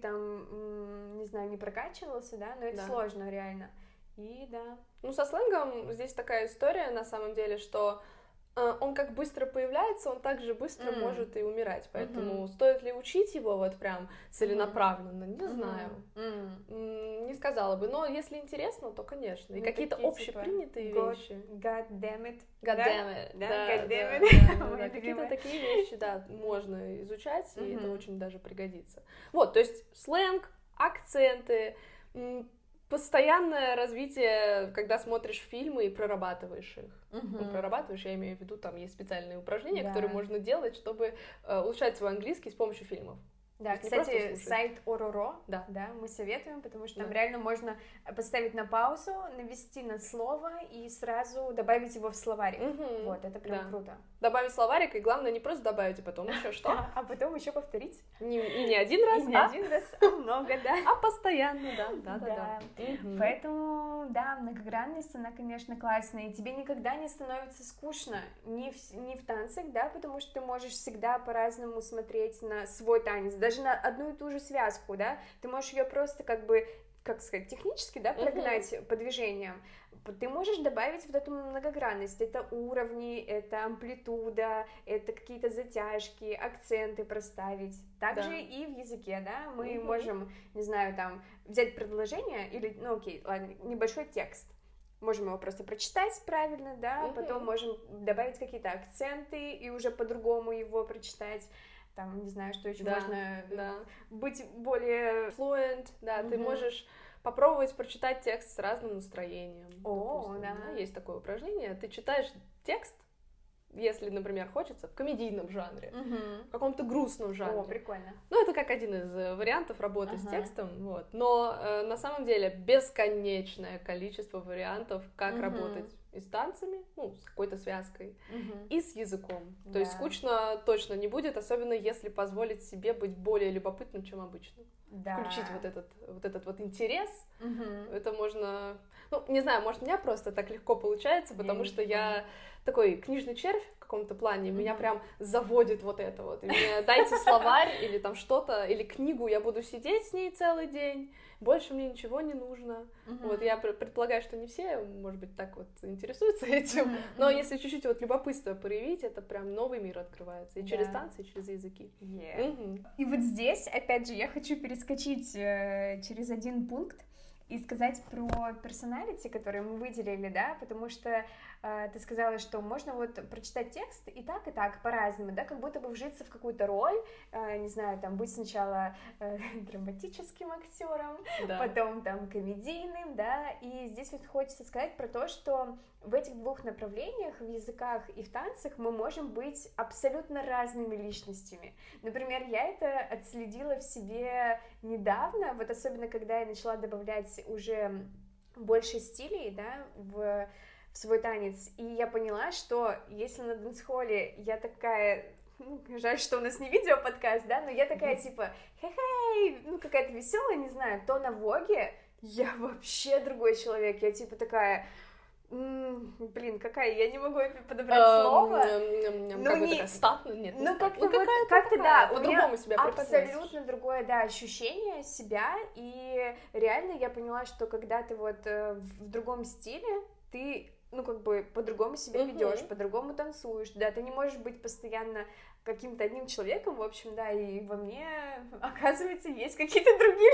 там, не знаю, не прокачивался, да, но это да. сложно реально, и да. Ну со сленгом здесь такая история на самом деле, что э, он как быстро появляется, он так же быстро mm. может и умирать, поэтому mm-hmm. стоит ли учить его вот прям целенаправленно, mm-hmm. не знаю, mm-hmm. не сказала бы, но если интересно, то конечно, и ну, какие-то общепринятые типа, вещи. God damn it. God да? damn it. Да, да, God damn да, it. да, да, да, какие-то такие вещи, да, можно изучать, и mm-hmm. это очень даже пригодится. Вот, то есть сленг, акценты, постоянное развитие, когда смотришь фильмы и прорабатываешь их. Uh-huh. Ну, прорабатываешь, я имею в виду, там есть специальные упражнения, да. которые можно делать, чтобы э, улучшать свой английский с помощью фильмов. Да, То есть не просто кстати, слушать. сайт Ороро, Да. да, мы советуем, потому что там Да. реально можно поставить на паузу, навести на слово и сразу добавить его в словарик. Мгм. Вот, это прям Да. круто. Добавить словарик, и главное не просто добавить, а потом еще что? Да, а потом еще повторить. Не, и не один раз, И не а, один раз, а много, да. а постоянно, да, да, да, Да. да. Мгм. Поэтому, да, многогранность, она, конечно, классная, и тебе никогда не становится скучно ни в, ни в танцах, да, потому что ты можешь всегда по-разному смотреть на свой танец, даже на одну и ту же связку, да, ты можешь ее просто как бы, как сказать, технически, да, прогнать по движениям. Ты можешь добавить вот эту многогранность, это уровни, это амплитуда, это какие-то затяжки, акценты проставить. Также Да. и в языке, да, мы Мгм. можем, не знаю, там, взять предложение или, ну окей, ладно, небольшой текст. Можем его просто прочитать правильно, да, Мгм. потом можем добавить какие-то акценты и уже по-другому его прочитать. Там, не знаю, что еще Да, можно да. быть более... Fluent, да, ты Мгм. можешь попробовать прочитать текст с разным настроением. О, допустим, да. Есть такое упражнение. Ты читаешь текст, если, например, хочется, в комедийном жанре, Мгм. в каком-то грустном жанре. О, прикольно. Ну, это как один из э, вариантов работы с Ага. текстом, вот. Но э, на самом деле бесконечное количество вариантов, как Мгм. работать и с танцами, ну, с какой-то связкой, Мгм. и с языком. То есть Да. скучно точно не будет, особенно если позволить себе быть более любопытным, чем обычно. Да. Включить вот этот, вот этот вот интерес, Мгм. это можно... Ну, не знаю, может, у меня просто так легко получается, потому Я что не я такой книжный червь в каком-то плане, меня Мгм. прям заводит вот это вот. И мне дайте словарь или там что-то, или книгу, я буду сидеть с ней целый день, больше мне ничего не нужно. Мгм. Вот, я пр- предполагаю, что не все, может быть, так вот интересуются этим, Мгм. но Мгм. если чуть-чуть вот любопытство проявить, это прям новый мир открывается. И через Да. танцы, и через языки. Yeah. Мгм. И вот здесь, опять же, я хочу перескочить э, через один пункт и сказать про персоналити, который мы выделили, да, потому что э, ты сказала, что можно вот прочитать текст и так, и так, по-разному, да, как будто бы вжиться в какую-то роль, э, не знаю, там, быть сначала э, драматическим актером, Да. потом там комедийным, да, и здесь вот хочется сказать про то, что в этих двух направлениях, в языках и в танцах, мы можем быть абсолютно разными личностями. Например, я это отследила в себе недавно, вот особенно когда я начала добавлять уже больше стилей, да, в, в свой танец, и я поняла, что если на дэнс-холле я такая... Ну, жаль, что у нас не видео-подкаст, да, но я такая, типа, хе-хей, ну, какая-то веселая, не знаю, то на воге я вообще другой человек, я, типа, такая... М, Блин, какая, я не могу подобрать слово. Ну, Ну, как бы не- такая статная, нет, не Ну, статная. как-то, вот, какая-то как-то такая, да, у по-другому меня себя преподносишь. абсолютно другое, да, ощущение себя, и реально я поняла, что когда ты вот э, в в другом стиле, ты, ну, как бы по-другому себя Мгм. ведешь, по-другому танцуешь, да, ты не можешь быть постоянно каким-то одним человеком, в общем, да, и во мне, оказывается, есть какие-то другие.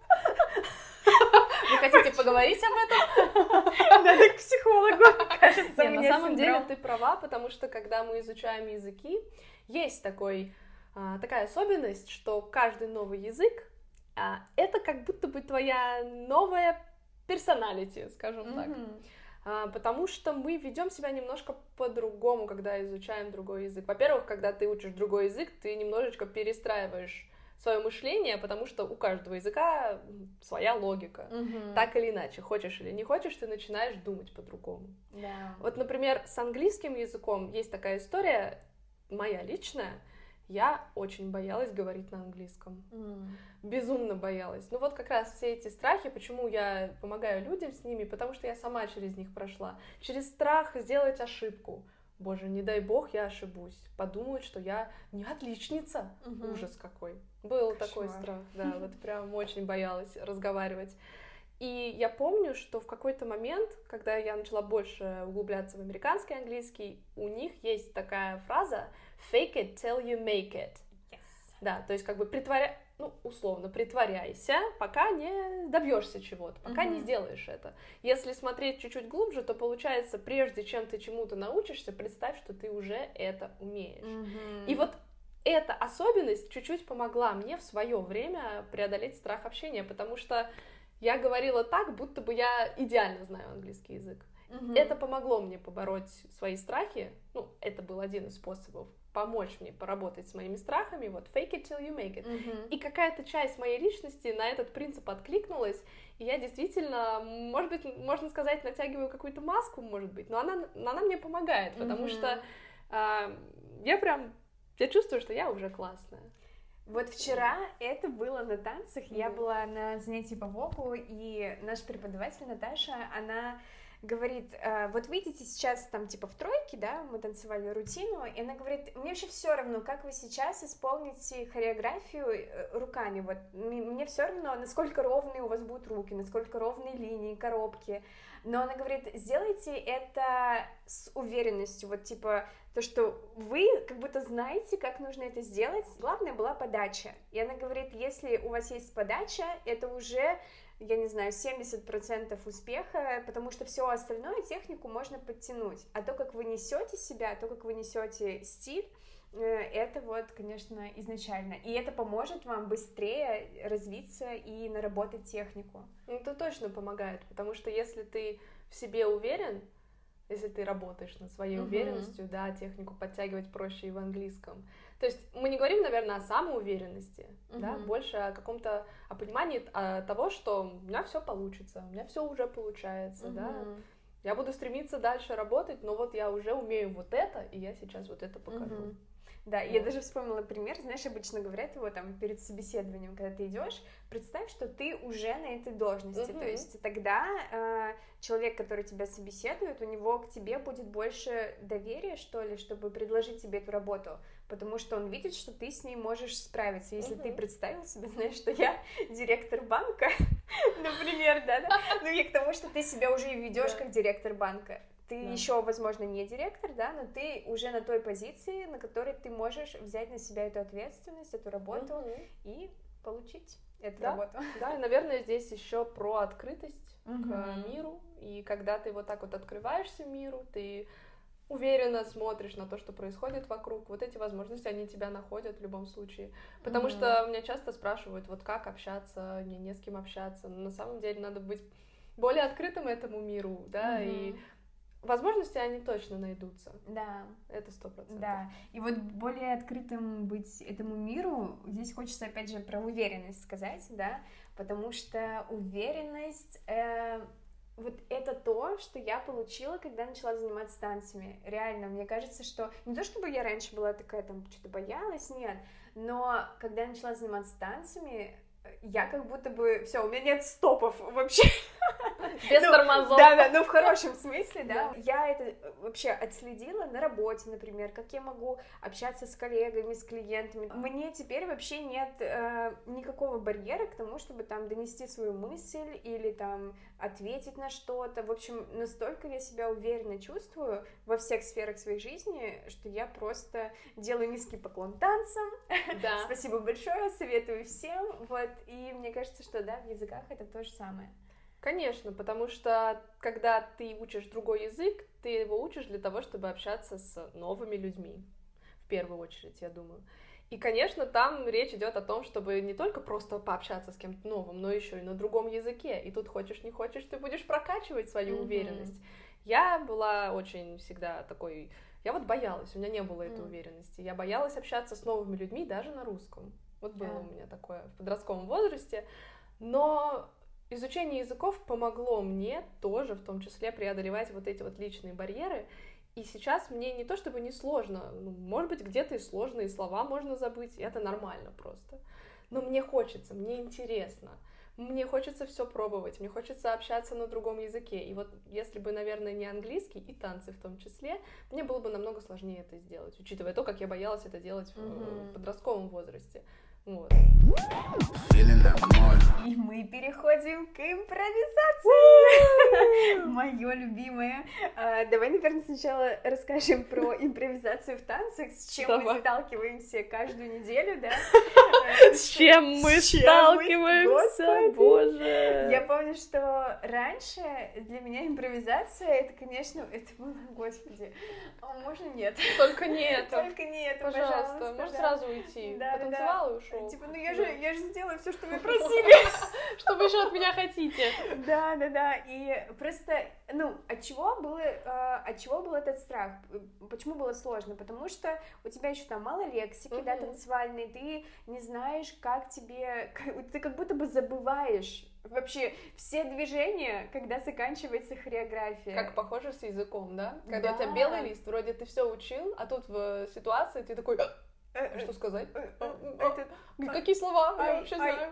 Вы хотите поговорить об этом? Надо к психологу, кажется, Не, у на меня самом деле синдром. ты права, потому что когда мы изучаем языки, есть такой, а, такая особенность, что каждый новый язык а, это как будто бы твоя новая персоналити, скажем так. Мгм. А, потому что мы ведем себя немножко по-другому, когда изучаем другой язык. Во-первых, когда ты учишь другой язык, ты немножечко перестраиваешь свое мышление, потому что у каждого языка м, своя логика. Мгм. Так или иначе, хочешь или не хочешь, ты начинаешь думать по-другому. Да. Вот, например, с английским языком есть такая история, моя личная. Я очень боялась говорить на английском. М. Безумно боялась. Ну вот как раз все эти страхи, почему я помогаю людям с ними, потому что я сама через них прошла. Через страх сделать ошибку. Боже, не дай бог я ошибусь. Подумают, что я не отличница. Мгм. Ужас какой. Был Кошмар. такой страх, да, вот прям очень боялась разговаривать. И я помню, что в какой-то момент, когда я начала больше углубляться в американский английский, у них есть такая фраза «fake it till you make it». Yes. Да, то есть как бы притворя... ну, условно, притворяйся, пока не добьешься чего-то, пока не Мгм. сделаешь это. Если смотреть чуть-чуть глубже, то получается, прежде чем ты чему-то научишься, представь, что ты уже это умеешь. Мгм. И вот эта особенность чуть-чуть помогла мне в свое время преодолеть страх общения, потому что я говорила так, будто бы я идеально знаю английский язык. Угу. Это помогло мне побороть свои страхи. Ну, это был один из способов помочь мне поработать с моими страхами. Вот fake it till you make it. Угу. И какая-то часть моей личности на этот принцип откликнулась. И я действительно, может быть, можно сказать, натягиваю какую-то маску, может быть, но она, она мне помогает, потому угу. что э, я прям, я чувствую, что я уже классная. Вот вчера это было на танцах, mm-hmm. я была на занятии по воку, и наш преподаватель Наташа, она говорит, вот вы идите сейчас там типа в тройке, да, мы танцевали рутину, и она говорит, мне вообще все равно, как вы сейчас исполните хореографию руками, вот мне все равно, насколько ровные у вас будут руки, насколько ровные линии, коробки, но она говорит, сделайте это с уверенностью, вот типа то, что вы как будто знаете, как нужно это сделать, главное была подача, и она говорит, если у вас есть подача, это уже, я не знаю, семьдесят процентов успеха, потому что все остальное, технику можно подтянуть, а то, как вы несете себя, то, как вы несете стиль, это вот, конечно, изначально, и это поможет вам быстрее развиться и наработать технику. Это точно помогает, потому что если ты в себе уверен, если ты работаешь над своей uh-huh. уверенностью, да, технику подтягивать проще и в английском. То есть мы не говорим, наверное, о самоуверенности, uh-huh. да, больше о каком-то, о понимании о того, что у меня все получится, у меня все уже получается, uh-huh. да. Я буду стремиться дальше работать, но вот я уже умею вот это, и я сейчас вот это покажу. Uh-huh. Да, вот. Я даже вспомнила пример, знаешь, обычно говорят его там перед собеседованием, когда ты идешь, представь, что ты уже на этой должности, uh-huh. то есть тогда э, человек, который тебя собеседует, у него к тебе будет больше доверия, что ли, чтобы предложить тебе эту работу, потому что он видит, что ты с ней можешь справиться. Если uh-huh. ты представил себе, знаешь, что я директор банка, например, да, ну и к тому, что ты себя уже и ведешь как директор банка. Ты да. еще, возможно, не директор, да, но ты уже на той позиции, на которой ты можешь взять на себя эту ответственность, эту работу угу. и получить эту да. работу. Да, и, наверное, здесь еще про открытость угу. к миру, и когда ты вот так вот открываешься миру, ты уверенно смотришь на то, что происходит вокруг, вот эти возможности, они тебя находят в любом случае, потому угу. что меня часто спрашивают, вот как общаться, мне не с кем общаться, но на самом деле надо быть более открытым этому миру, да, угу. и возможности, они точно найдутся. Да. Это сто процентов. Да. И вот более открытым быть этому миру, здесь хочется, опять же, про уверенность сказать, да, потому что уверенность, э, вот это то, что я получила, когда начала заниматься танцами. Реально, мне кажется, что не то, чтобы я раньше была такая, там, что-то боялась, нет, но когда я начала заниматься танцами, я как будто бы, все, у меня нет стопов вообще. Без ну, тормозов. Да, да, ну в хорошем смысле, да. да. Я это вообще отследила на работе, например, как я могу общаться с коллегами, с клиентами. Мне теперь вообще нет э, никакого барьера к тому, чтобы там донести свою мысль или там ответить на что-то. В общем, настолько я себя уверенно чувствую во всех сферах своей жизни, что я просто делаю низкий поклон танцам. Да. Спасибо большое, советую всем. Вот, и мне кажется, что да, в языках это то же самое. Конечно, потому что когда ты учишь другой язык, ты его учишь для того, чтобы общаться с новыми людьми, в первую очередь, я думаю. И, конечно, там речь идет о том, чтобы не только просто пообщаться с кем-то новым, но еще и на другом языке. И тут хочешь не хочешь, ты будешь прокачивать свою mm-hmm. уверенность. Я была очень всегда такой... Я вот боялась, у меня не было этой mm. уверенности. Я боялась общаться с новыми людьми даже на русском. Вот было yeah. у меня такое в подростковом возрасте. Но изучение языков помогло мне тоже, в том числе, преодолевать вот эти вот личные барьеры. И сейчас мне не то чтобы не сложно, ну, может быть, где-то и сложные слова можно забыть, и это нормально просто. Но мне хочется, мне интересно, мне хочется все пробовать, мне хочется общаться на другом языке. И вот если бы, наверное, не английский, и танцы в том числе, мне было бы намного сложнее это сделать, учитывая то, как я боялась это делать mm-hmm. в подростковом возрасте. Вот. И мы переходим к импровизации. Мое любимое. А, давай, наверное, сначала расскажем про импровизацию в танцах, с чем давай. мы сталкиваемся каждую неделю, да? С чем мы сталкиваемся, боже! Я помню, что раньше для меня импровизация, это, конечно, это было, господи, можно нет? Только нет. Только нет, пожалуйста. Можешь сразу уйти. Потанцевала и ушел. хорошо. Типа, ну я же, я же сделаю все, что вы просили. Что вы еще от меня хотите? Да, да, да. И просто, ну, от чего был, от чего был этот страх? Почему было сложно? Потому что у тебя еще там мало лексики, да, танцевальной, ты не знаешь, как тебе, ты как будто бы забываешь вообще все движения, когда заканчивается хореография. Как похоже с языком, да? Когда да. у тебя белый лист, вроде ты все учил, а тут в ситуации ты такой, а что сказать? Какие слова? Я вообще знаю.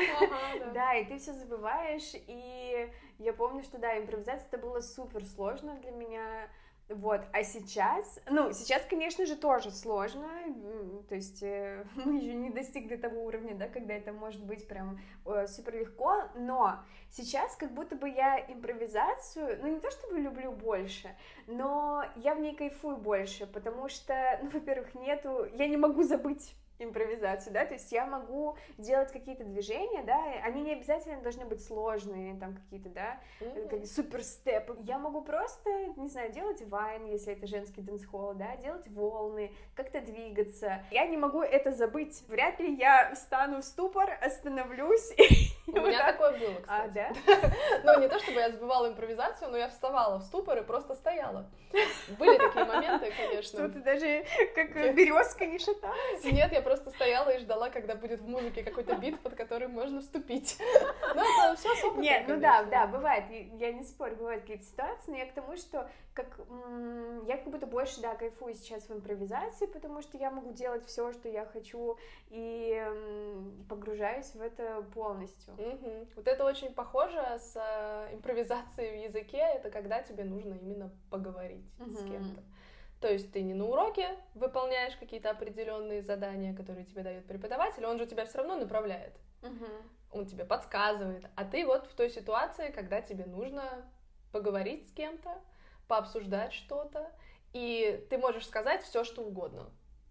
Да, и ты все забываешь, и я помню, что да, импровизация это было супер сложно для меня. Вот, а сейчас, ну, сейчас, конечно же, тоже сложно, то есть э, мы еще не достигли того уровня, да, когда это может быть прям э, супер легко, но сейчас как будто бы я импровизацию, ну, не то чтобы люблю больше, но я в ней кайфую больше, потому что, ну, во-первых, нету, я не могу забыть импровизацию, да, то есть я могу делать какие-то движения, да, они не обязательно должны быть сложные, там какие-то, да, mm-hmm. суперстепы, я могу просто, не знаю, делать вайн, если это женский дэнс-холл, да, делать волны, как-то двигаться, я не могу это забыть, вряд ли я встану в ступор, остановлюсь. У меня такое было, кстати. А, да? Ну, не то чтобы я забывала импровизацию, но я вставала в ступор и просто стояла. Были такие моменты, конечно. Что ты даже как березка не шаталась? Нет, я просто стояла и ждала, когда будет в музыке какой-то бит, под который можно вступить. Ну, это все с опытом, Нет, ну да, да, бывает, я не спорю, бывают какие-то ситуации, но я к тому, что как м- я как будто больше, да, кайфую сейчас в импровизации, потому что я могу делать все, что я хочу, и м- погружаюсь в это полностью. Угу. Вот это очень похоже с э, импровизацией в языке, это когда тебе нужно именно поговорить угу. с кем-то. То есть ты не на уроке выполняешь какие-то определенные задания, которые тебе дает преподаватель, он же тебя все равно направляет, угу. он тебе подсказывает, а ты вот в той ситуации, когда тебе нужно поговорить с кем-то, пообсуждать что-то, и ты можешь сказать все, что угодно.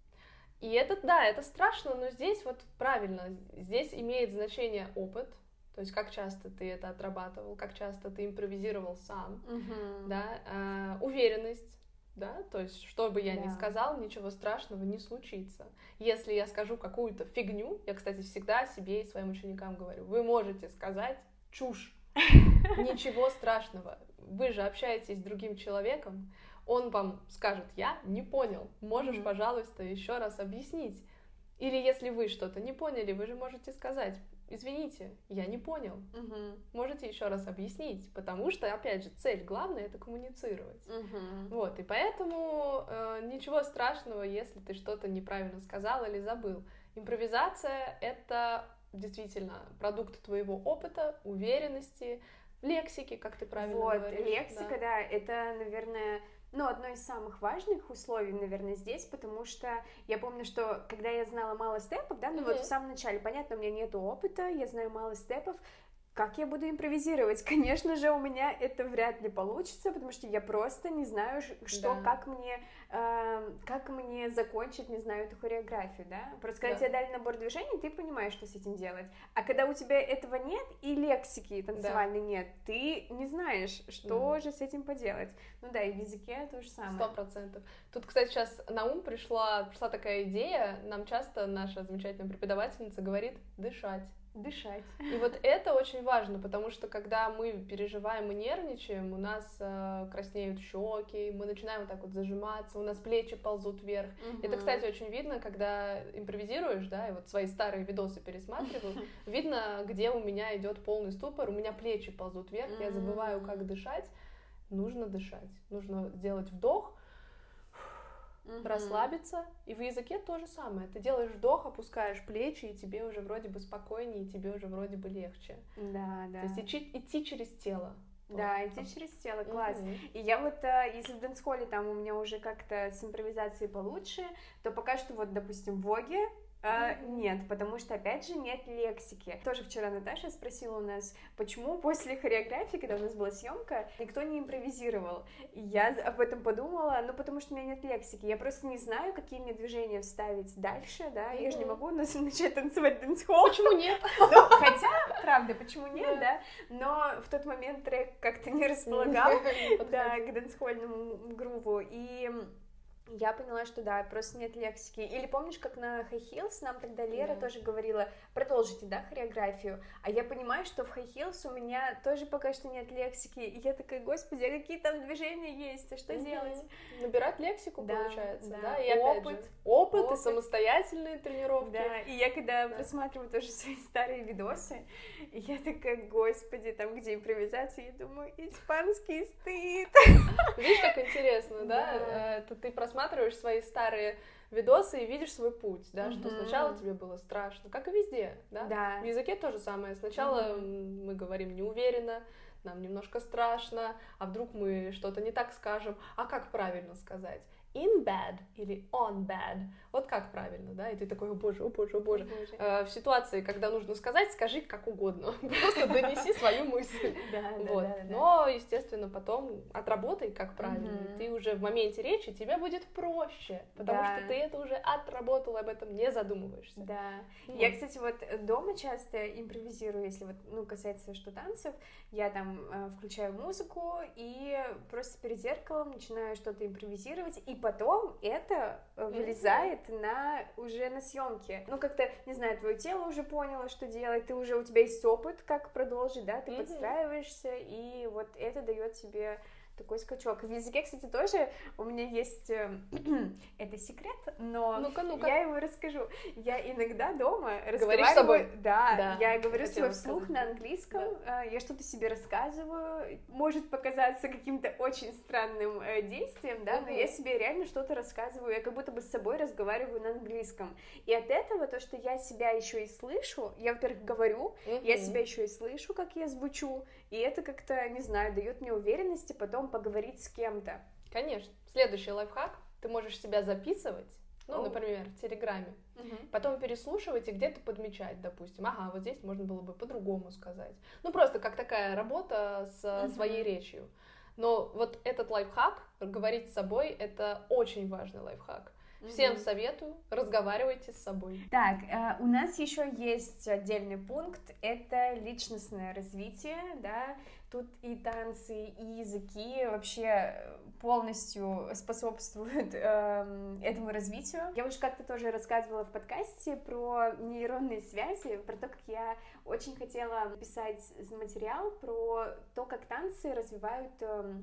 И это, да, это страшно, но здесь вот правильно, здесь имеет значение опыт, то есть как часто ты это отрабатывал, как часто ты импровизировал сам, угу. да, а, уверенность, да, то есть что бы я да. ни сказал, ничего страшного не случится. Если я скажу какую-то фигню, я, кстати, всегда себе и своим ученикам говорю, вы можете сказать чушь, ничего страшного, вы же общаетесь с другим человеком, он вам скажет, я не понял, можешь, mm-hmm. пожалуйста, еще раз объяснить. Или если вы что-то не поняли, вы же можете сказать, извините, я не понял, mm-hmm. можете еще раз объяснить, потому что, опять же, цель главная — это коммуницировать. Mm-hmm. Вот, и поэтому э, ничего страшного, если ты что-то неправильно сказал или забыл. Импровизация — это действительно продукт твоего опыта, уверенности, лексики, как ты правильно вот, говоришь. Лексика, да. да, это, наверное, ну, одно из самых важных условий, наверное, здесь, потому что я помню, что когда я знала мало степов, да, ну mm-hmm. вот в самом начале, понятно, у меня нету опыта, я знаю мало степов, как я буду импровизировать? Конечно же, у меня это вряд ли получится, потому что я просто не знаю, что, да. как мне, э, как мне закончить, не знаю, эту хореографию, да? Просто когда да. тебе дали набор движений, ты понимаешь, что с этим делать. А когда у тебя этого нет и лексики танцевальной да. нет, ты не знаешь, что да. же с этим поделать. Ну да, и в языке то же самое. Сто процентов. Тут, кстати, сейчас на ум пришла, пришла такая идея, нам часто наша замечательная преподавательница говорит «дышать». Дышать. И вот это очень важно, потому что когда мы переживаем и нервничаем, у нас э, краснеют щеки, мы начинаем вот так вот зажиматься, у нас плечи ползут вверх. Угу. Это, кстати, очень видно, когда импровизируешь, да, и вот свои старые видосы пересматриваю, видно, где у меня идет полный ступор, у меня плечи ползут вверх, я забываю, как дышать. Нужно дышать, нужно сделать вдох, Uh-huh. расслабиться, и в языке то же самое. Ты делаешь вдох, опускаешь плечи, и тебе уже вроде бы спокойнее, и тебе уже вроде бы легче. Да, да. То есть идти, идти через тело. Да, идти через тело, класс. Uh-huh. И я вот, если в дэнс-холле там у меня уже как-то с импровизацией получше, то пока что вот, допустим, в воге Uh, mm-hmm. Нет, потому что, опять же, нет лексики. Тоже вчера Наташа спросила у нас, почему после хореографии, когда у нас была съемка, никто не импровизировал. И я об этом подумала, ну, потому что у меня нет лексики. Я просто не знаю, какие мне движения вставить дальше, да, mm-hmm. я же не могу начать танцевать дэнс-холл. Почему нет? Хотя, правда, почему нет, да, но в тот момент трек как-то не располагал, да, к дэнс-хольному груву, и... я поняла, что да, просто нет лексики. Или помнишь, как на High Heels нам тогда Лера Да. тоже говорила, продолжите, да, хореографию, а я понимаю, что в High Heels у меня тоже пока что нет лексики, и я такая, господи, а какие там движения есть, а что Мгм. делать? Набирать лексику, Да, получается, да. да, и опять Опыт. же, опыт, Опыт. и самостоятельные тренировки. Да, и я когда Да. просматриваю тоже свои старые видосы, я такая, господи, там, где импровизация, я думаю, испанский стыд. Видишь, как интересно, да? Да. Это ты просматриваешь свои старые видосы и видишь свой путь, да, что Мгм. сначала тебе было страшно, как и везде, да? Да. В языке то же самое. Сначала м, мы говорим неуверенно, нам немножко страшно, а вдруг мы что-то не так скажем, а как правильно сказать? In bed или on bed? Вот как правильно, да? И ты такой, о боже, о боже, о боже. Боже. Э, В ситуации, когда нужно сказать, скажи как угодно. Просто донеси свою мысль. Да, да, Вот. да, да. Но, естественно, потом отработай как правильно. Мгм. И ты уже в моменте речи тебе будет проще, потому Да. что ты это уже отработал, об этом не задумываешься. Да. Вот. Я, кстати, вот дома часто импровизирую, если вот, ну, касается что танцев, я там э, включаю музыку и просто перед зеркалом начинаю что-то импровизировать, и потом это э, вылезает на уже на съемке. Ну, как-то, не знаю, твое тело уже поняло, что делать, ты уже, у тебя есть опыт, как продолжить, да, ты Мгм. подстраиваешься, и вот это дает тебе такой скачок. В языке, кстати, тоже у меня есть э, это секрет, но Ну-ка, ну-ка. я его расскажу. Я иногда дома Говоришь разговариваю, с собой? да, Да, я говорю хотела свой вслух сказать. на английском, э, я что-то себе рассказываю, может показаться каким-то очень странным э, действием, да, но Мгм. я себе реально что-то рассказываю, я как будто бы с собой разговариваю на английском. И от этого то, что я себя еще и слышу, я, во-первых, говорю, я Мгм. себя еще и слышу, как я звучу, и это как-то, не знаю, дает мне уверенности потом поговорить с кем-то. Конечно. Следующий лайфхак. Ты можешь себя записывать, ну, О. например, в Телеграме, потом переслушивать и где-то подмечать, допустим, ага, вот здесь можно было бы по-другому сказать. Ну, просто как такая работа с э, Мгм. своей речью. Но вот этот лайфхак, говорить с собой, это очень важный лайфхак. Всем Мгм. советую, разговаривайте с собой. Так, э, у нас еще есть отдельный пункт, это личностное развитие, да, тут и танцы, и языки вообще полностью способствуют эм, этому развитию. Я уже как-то тоже рассказывала в подкасте про нейронные связи, про то, как я очень хотела писать материал про то, как танцы развивают эм,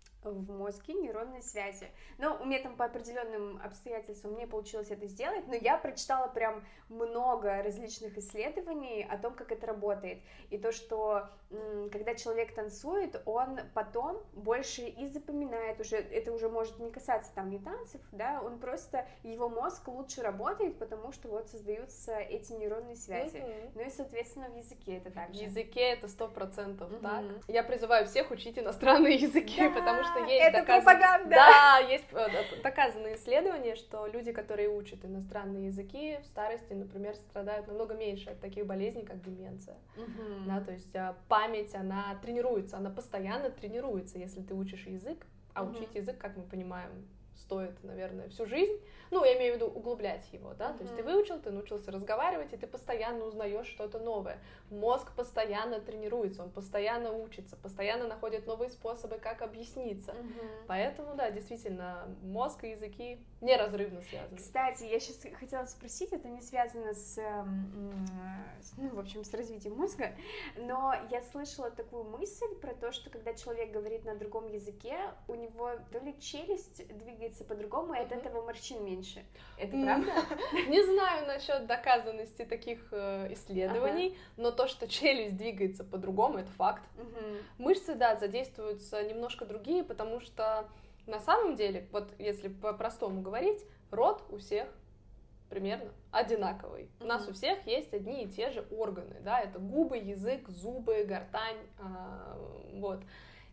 в мозге нейронные связи. Но у меня там по определенным обстоятельствам не получилось это сделать, но я прочитала прям много различных исследований о том, как это работает. И то, что м, когда человек танцует, он потом больше и запоминает уже, это уже может не касаться там ни танцев, да, он просто, его мозг лучше работает, потому что вот создаются эти нейронные связи. Мгм. Ну и, соответственно, в языке это так В же. языке это сто процентов Мгм. так. Я призываю всех учить иностранные языки, Да, потому что есть это доказан- пропаганда. Да, есть э, д- доказанные исследования, что люди, которые учат иностранные языки в старости, например, страдают намного меньше от таких болезней, как деменция. Мгм. Да, то есть а, память, она тренируется, она постоянно тренируется, если ты учишь язык, а Мгм. учить язык, как мы понимаем, стоит, наверное, всю жизнь. Ну, я имею в виду углублять его, да, то есть ты Мгм. выучил, ты научился разговаривать, и ты постоянно узнаешь что-то новое. Мозг постоянно тренируется, он постоянно учится, постоянно находит новые способы, как объясниться. Мгм. Поэтому, да, действительно, мозг и языки неразрывно связаны. Кстати, я сейчас хотела спросить, это не связано с, эм, с, ну, в общем, с развитием мозга, но я слышала такую мысль про то, что когда человек говорит на другом языке, у него то ли челюсть двигается по-другому, и от Мгм. этого морщин меньше. Это М, правда? Не знаю насчет доказанности таких э, исследований, но то, что челюсть двигается по-другому, это факт. Мгм. Мышцы, да, задействуются немножко другие, потому что на самом деле, вот если по-простому говорить, рот у всех примерно одинаковый. У нас Мгм. у всех есть одни и те же органы, да, это губы, язык, зубы, гортань, а, вот.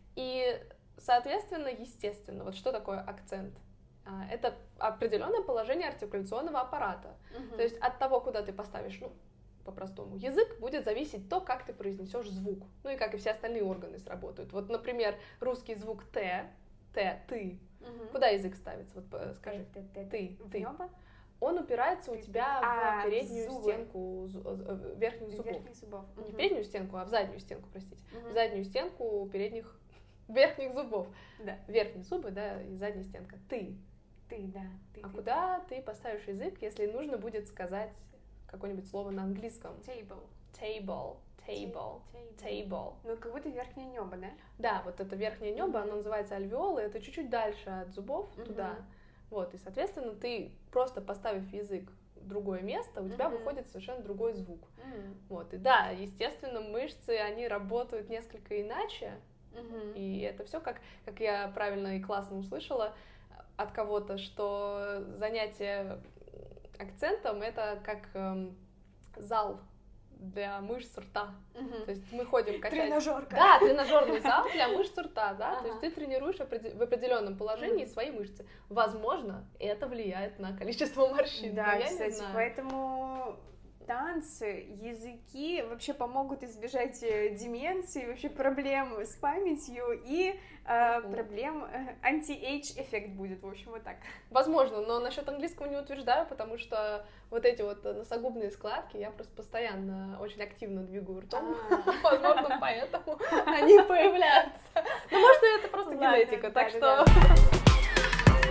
И, соответственно, естественно, вот что такое акцент? А, Это определенное положение артикуляционного аппарата. Мгм. То есть от того, куда ты поставишь, ну, по-простому, язык, будет зависеть то, как ты произнесешь звук. Ну и как и все остальные органы сработают. Вот, например, русский звук Т, Т, ты. Мгм. Куда язык ставится? Вот э, скажи. Т- т- т- Ты, в ты. небо? Он упирается у Ты- тебя А, в переднюю зубы. стенку зу- э, верхних зубов. Верхних зубов. Не в Мгм. переднюю стенку, а в заднюю стенку, простите. Мгм. В заднюю стенку передних верхних зубов. Да. Верхние зубы, да, и задняя стенка. Ты. Ты, да. Ты, А ты, куда ты поставишь язык, если нужно будет сказать какое-нибудь слово на английском? Table. Table. Table. Table. Ну, как будто верхнее небо, да? Да, вот это верхнее небо, Мгм. оно называется альвеолы, это чуть-чуть дальше от зубов, Мгм. туда. Вот, и, соответственно, ты просто поставив язык в другое место, у тебя Мгм. выходит совершенно другой звук. М. Вот, и да, естественно, мышцы, они работают несколько иначе, Мгм. и это все как, как я правильно и классно услышала от кого-то, что занятие акцентом — это как эм, зал для мышц рта. Мгм. То есть мы ходим качать... Тренажерка. Да, тренажерный зал для мышц рта, да, Ага. то есть ты тренируешь опреде- в определенном положении Мгм. свои мышцы. Возможно, это влияет на количество морщин, Да, но я кстати, не знаю. поэтому танцы, языки вообще помогут избежать э, деменции, вообще проблем с памятью и э, Мгм. проблем э, анти-эйдж эффект будет, в общем, вот так. Возможно, но насчет английского не утверждаю, потому что вот эти вот носогубные складки я просто постоянно очень активно двигаю ртом. А. Возможно, поэтому они появляются. Ну, может, это просто Ладно, генетика, так что... да-да-да.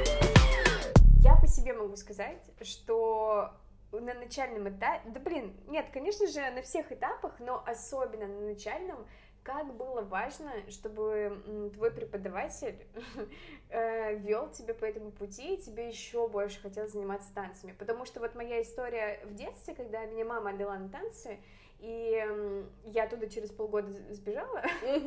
Я по себе могу сказать, что на начальном этапе, да блин, нет, конечно же, на всех этапах, но особенно на начальном, как было важно, чтобы м, твой преподаватель э, вел тебя по этому пути, и тебе еще больше хотелось заниматься танцами. Потому что вот моя история в детстве, когда меня мама отдала на танцы, и м, я оттуда через полгода сбежала,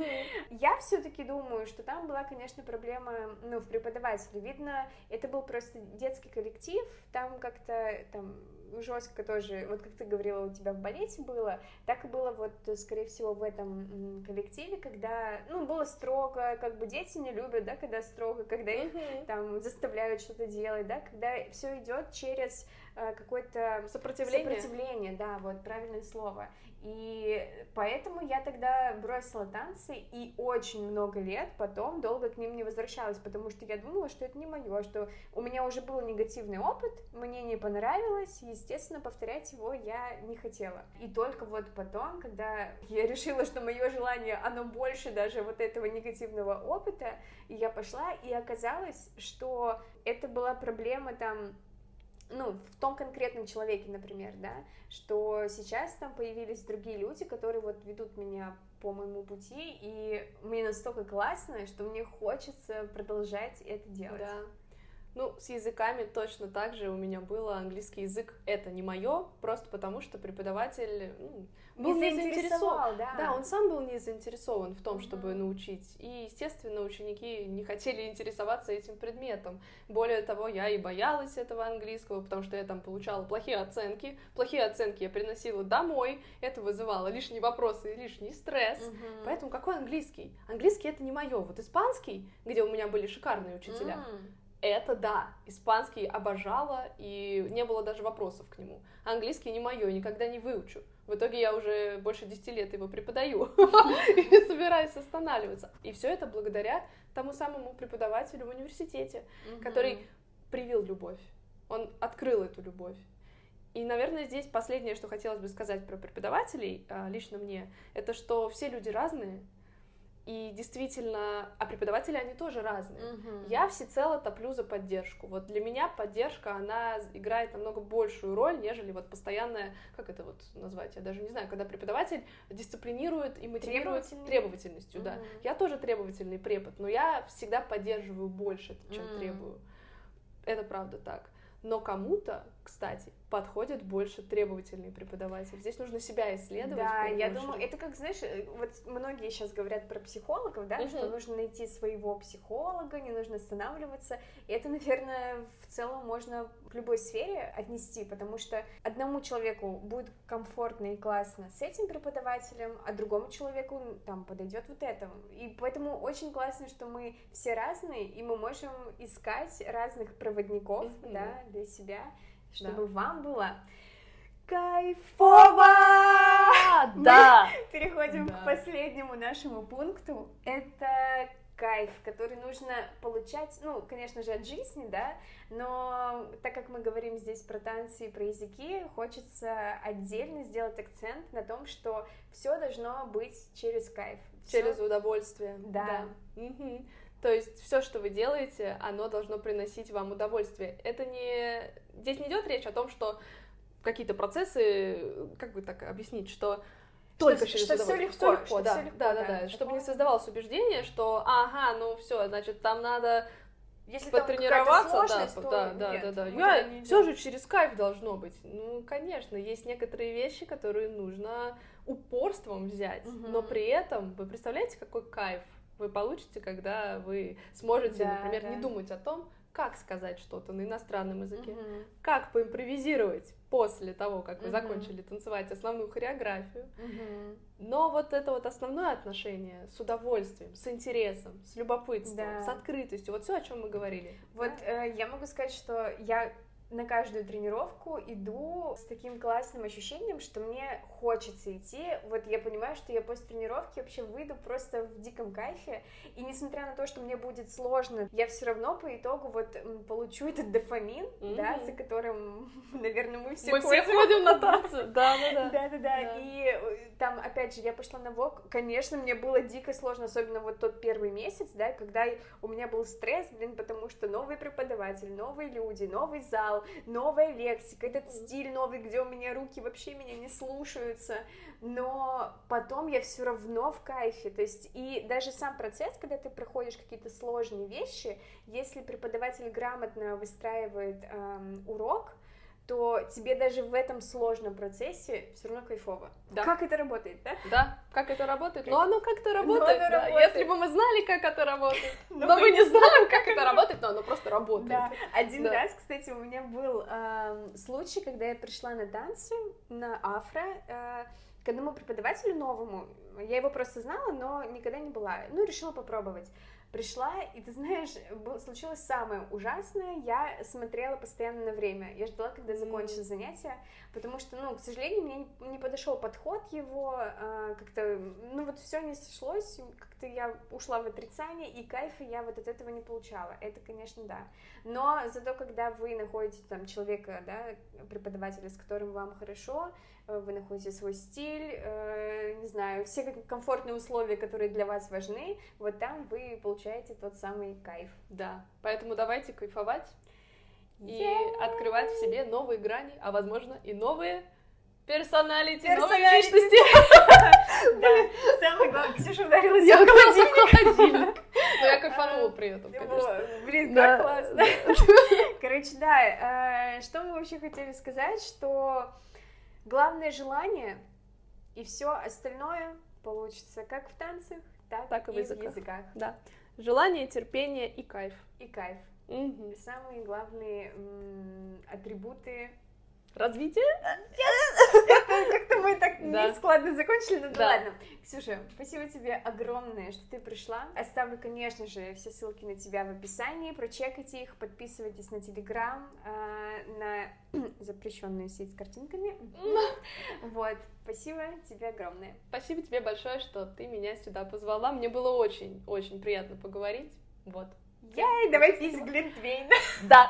я все-таки думаю, что там была, конечно, проблема, ну, в преподавателе. Видно, это был просто детский коллектив, там как-то там жестко тоже, вот как ты говорила, у тебя в балете было, так и было вот, скорее всего, в этом м, коллективе, когда, ну, было строго, как бы дети не любят, да, когда строго, когда их Мгм. там заставляют что-то делать, да, когда все идет через э, какое-то Сопротивление. сопротивление, да, вот правильное слово. И поэтому я тогда бросила танцы и очень много лет потом долго к ним не возвращалась, потому что я думала, что это не мое, что у меня уже был негативный опыт, мне не понравилось, естественно, повторять его я не хотела. И только вот потом, когда я решила, что мое желание, оно больше даже вот этого негативного опыта, и я пошла, и оказалось, что это была проблема там, ну, в том конкретном человеке, например, да, что сейчас там появились другие люди, которые вот ведут меня по моему пути, и мне настолько классно, что мне хочется продолжать это делать. Да. Ну, с языками точно так же у меня было. Английский язык — это не мое, просто потому что преподаватель ну, был Не не заинтересовал, заинтересован. да. Да, он сам был не заинтересован в том, Мгм. чтобы научить. И, естественно, ученики не хотели интересоваться этим предметом. Более того, я и боялась этого английского, потому что я там получала плохие оценки. Плохие оценки я приносила домой. Это вызывало лишние вопросы и лишний стресс. Мгм. Поэтому какой английский? Английский — это не мое. Вот испанский, где у меня были шикарные учителя, М. это да, испанский обожала, и не было даже вопросов к нему. Английский не мое, никогда не выучу. В итоге я уже больше десяти лет его преподаю и не собираюсь останавливаться. И все это благодаря тому самому преподавателю в университете, Мгм. который привил любовь. Он открыл эту любовь. И, наверное, здесь последнее, что хотелось бы сказать про преподавателей, а, лично мне, это что все люди разные, и действительно, а преподаватели, они тоже разные. Мгм. Я всецело топлю за поддержку. Вот для меня поддержка, она играет намного большую роль, нежели вот постоянная, как это вот назвать, я даже не знаю, когда преподаватель дисциплинирует и мотивирует Требовательный. требовательностью, да. Мгм. Я тоже требовательный препод, но я всегда поддерживаю больше, чем М. требую. Это правда так. Но кому-то, кстати, подходит больше требовательный преподаватель. Здесь нужно себя исследовать. Да, в первую я очередь. думаю, это как, знаешь, э, вот многие сейчас говорят про психологов, да, Мгм. что нужно найти своего психолога, не нужно останавливаться. И это, наверное, в целом можно к любой сфере отнести, потому что одному человеку будет комфортно и классно с этим преподавателем, а другому человеку м, там подойдет вот это. И поэтому очень классно, что мы все разные, и мы можем искать разных проводников, Мгм. да, для себя, Да. чтобы вам было кайфово! Да! Переходим Да. к последнему нашему пункту. Это кайф, который нужно получать, ну, конечно же, от жизни, да, но так как мы говорим здесь про танцы и про языки, хочется отдельно сделать акцент на том, что все должно быть через кайф. Всё- Через удовольствие. Да. Мгм. То есть все, что вы делаете, оно должно приносить вам удовольствие. Это не... Здесь не идет речь о том, что какие-то процессы, как бы так объяснить, что только через что удовольствие. Все легко, все легко, что да, все легко, да, да, да. да. Такого... Чтобы не создавалось убеждение, что, ага, ну все, значит, там надо Если потренироваться, там да, то да, да, нет, да, да. мы Я, не все же через кайф должно быть. Ну, конечно, есть некоторые вещи, которые нужно упорством взять, угу. но при этом вы представляете, какой кайф вы получите, когда вы сможете, да, например, да. не думать о том, как сказать что-то на иностранном языке, угу. как поимпровизировать после того, как вы угу. закончили танцевать основную хореографию. Угу. Но вот это вот основное отношение с удовольствием, с интересом, с любопытством, да. с открытостью, вот все, о чем мы говорили. Вот да? э, я могу сказать, что я на каждую тренировку иду с таким классным ощущением, что мне хочется идти. Вот я понимаю, что я после тренировки вообще выйду просто в диком кайфе. И несмотря на то, что мне будет сложно, я все равно по итогу вот получу этот дофамин, mm-hmm. да, за которым, наверное, мы все мы ходим. все ходим на танцы, да, да, да. Да, да, да. И там, опять же, я пошла на вок. Конечно, мне было дико сложно, особенно вот тот первый месяц, да, когда у меня был стресс, блин, потому что новый преподаватель, новые люди, новый зал, новая лексика, этот mm-hmm. стиль новый, где у меня руки вообще меня не слушаются, но потом я все равно в кайфе, то есть и даже сам процесс, когда ты проходишь какие-то сложные вещи, если преподаватель грамотно выстраивает эм, урок, то тебе даже в этом сложном процессе все равно кайфово. Да. Как это работает, да? Да, как это работает? Но оно как-то работает, оно да. работает. Если бы мы знали, как это работает. Но мы не знаем, как это работает, но оно просто работает. Да. Один да. раз, кстати, у меня был э, случай, когда я пришла на танцы, на афро, э, к одному преподавателю новому. Я его просто знала, но никогда не была. Ну, решила попробовать. Пришла, и ты знаешь, было, случилось самое ужасное, я смотрела постоянно на время, я ждала, когда закончится занятие, потому что, ну, к сожалению, мне не, не подошел подход его, а, как-то, ну, вот все не сошлось, как-то я ушла в отрицание, и кайфа я вот от этого не получала, это, конечно, да, но зато, когда вы находите там человека, да, преподавателя, с которым вам хорошо, вы находите свой стиль, э, не знаю, все комфортные условия, которые для вас важны, вот там вы получаете тот самый кайф. Да, поэтому давайте кайфовать и yeah. открывать в себе новые грани, а возможно и новые персоналити, Personality. новые личности. Да, самое главное, Ксюша ударилась я в холодильник. Но я кайфанула при этом, конечно. Блин, как классно. Короче, да, что мы вообще хотели сказать, что главное желание, и все остальное получится как в танцах, так, так и в языках. языках. Да. Желание, терпение и кайф. И кайф. Угу. Самые главные м- атрибуты развития. Yes! Как-то мы так да. нескладно закончили, но да. да ладно. Ксюша, спасибо тебе огромное, что ты пришла. Оставлю, конечно же, все ссылки на тебя в описании. Прочекайте их, подписывайтесь на Телеграм, на запрещенную сеть с картинками. Вот, спасибо тебе огромное. Спасибо тебе большое, что ты меня сюда позвала. Мне было очень-очень приятно поговорить. Вот. Яй, давай пить глинтвейн. Да.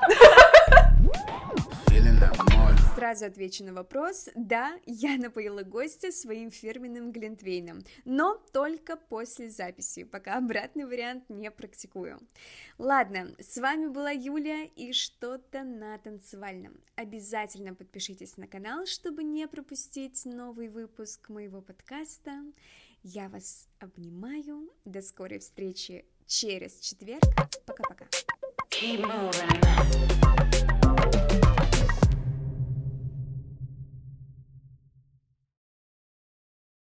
Сразу отвечу на вопрос. Да, я напоила гостя своим фирменным глинтвейном, но только после записи, пока обратный вариант не практикую. Ладно, с вами была Юля и что-то на танцевальном. Обязательно подпишитесь на канал, чтобы не пропустить новый выпуск моего подкаста. Я вас обнимаю. До скорой встречи через четверг. Пока-пока. Keep moving.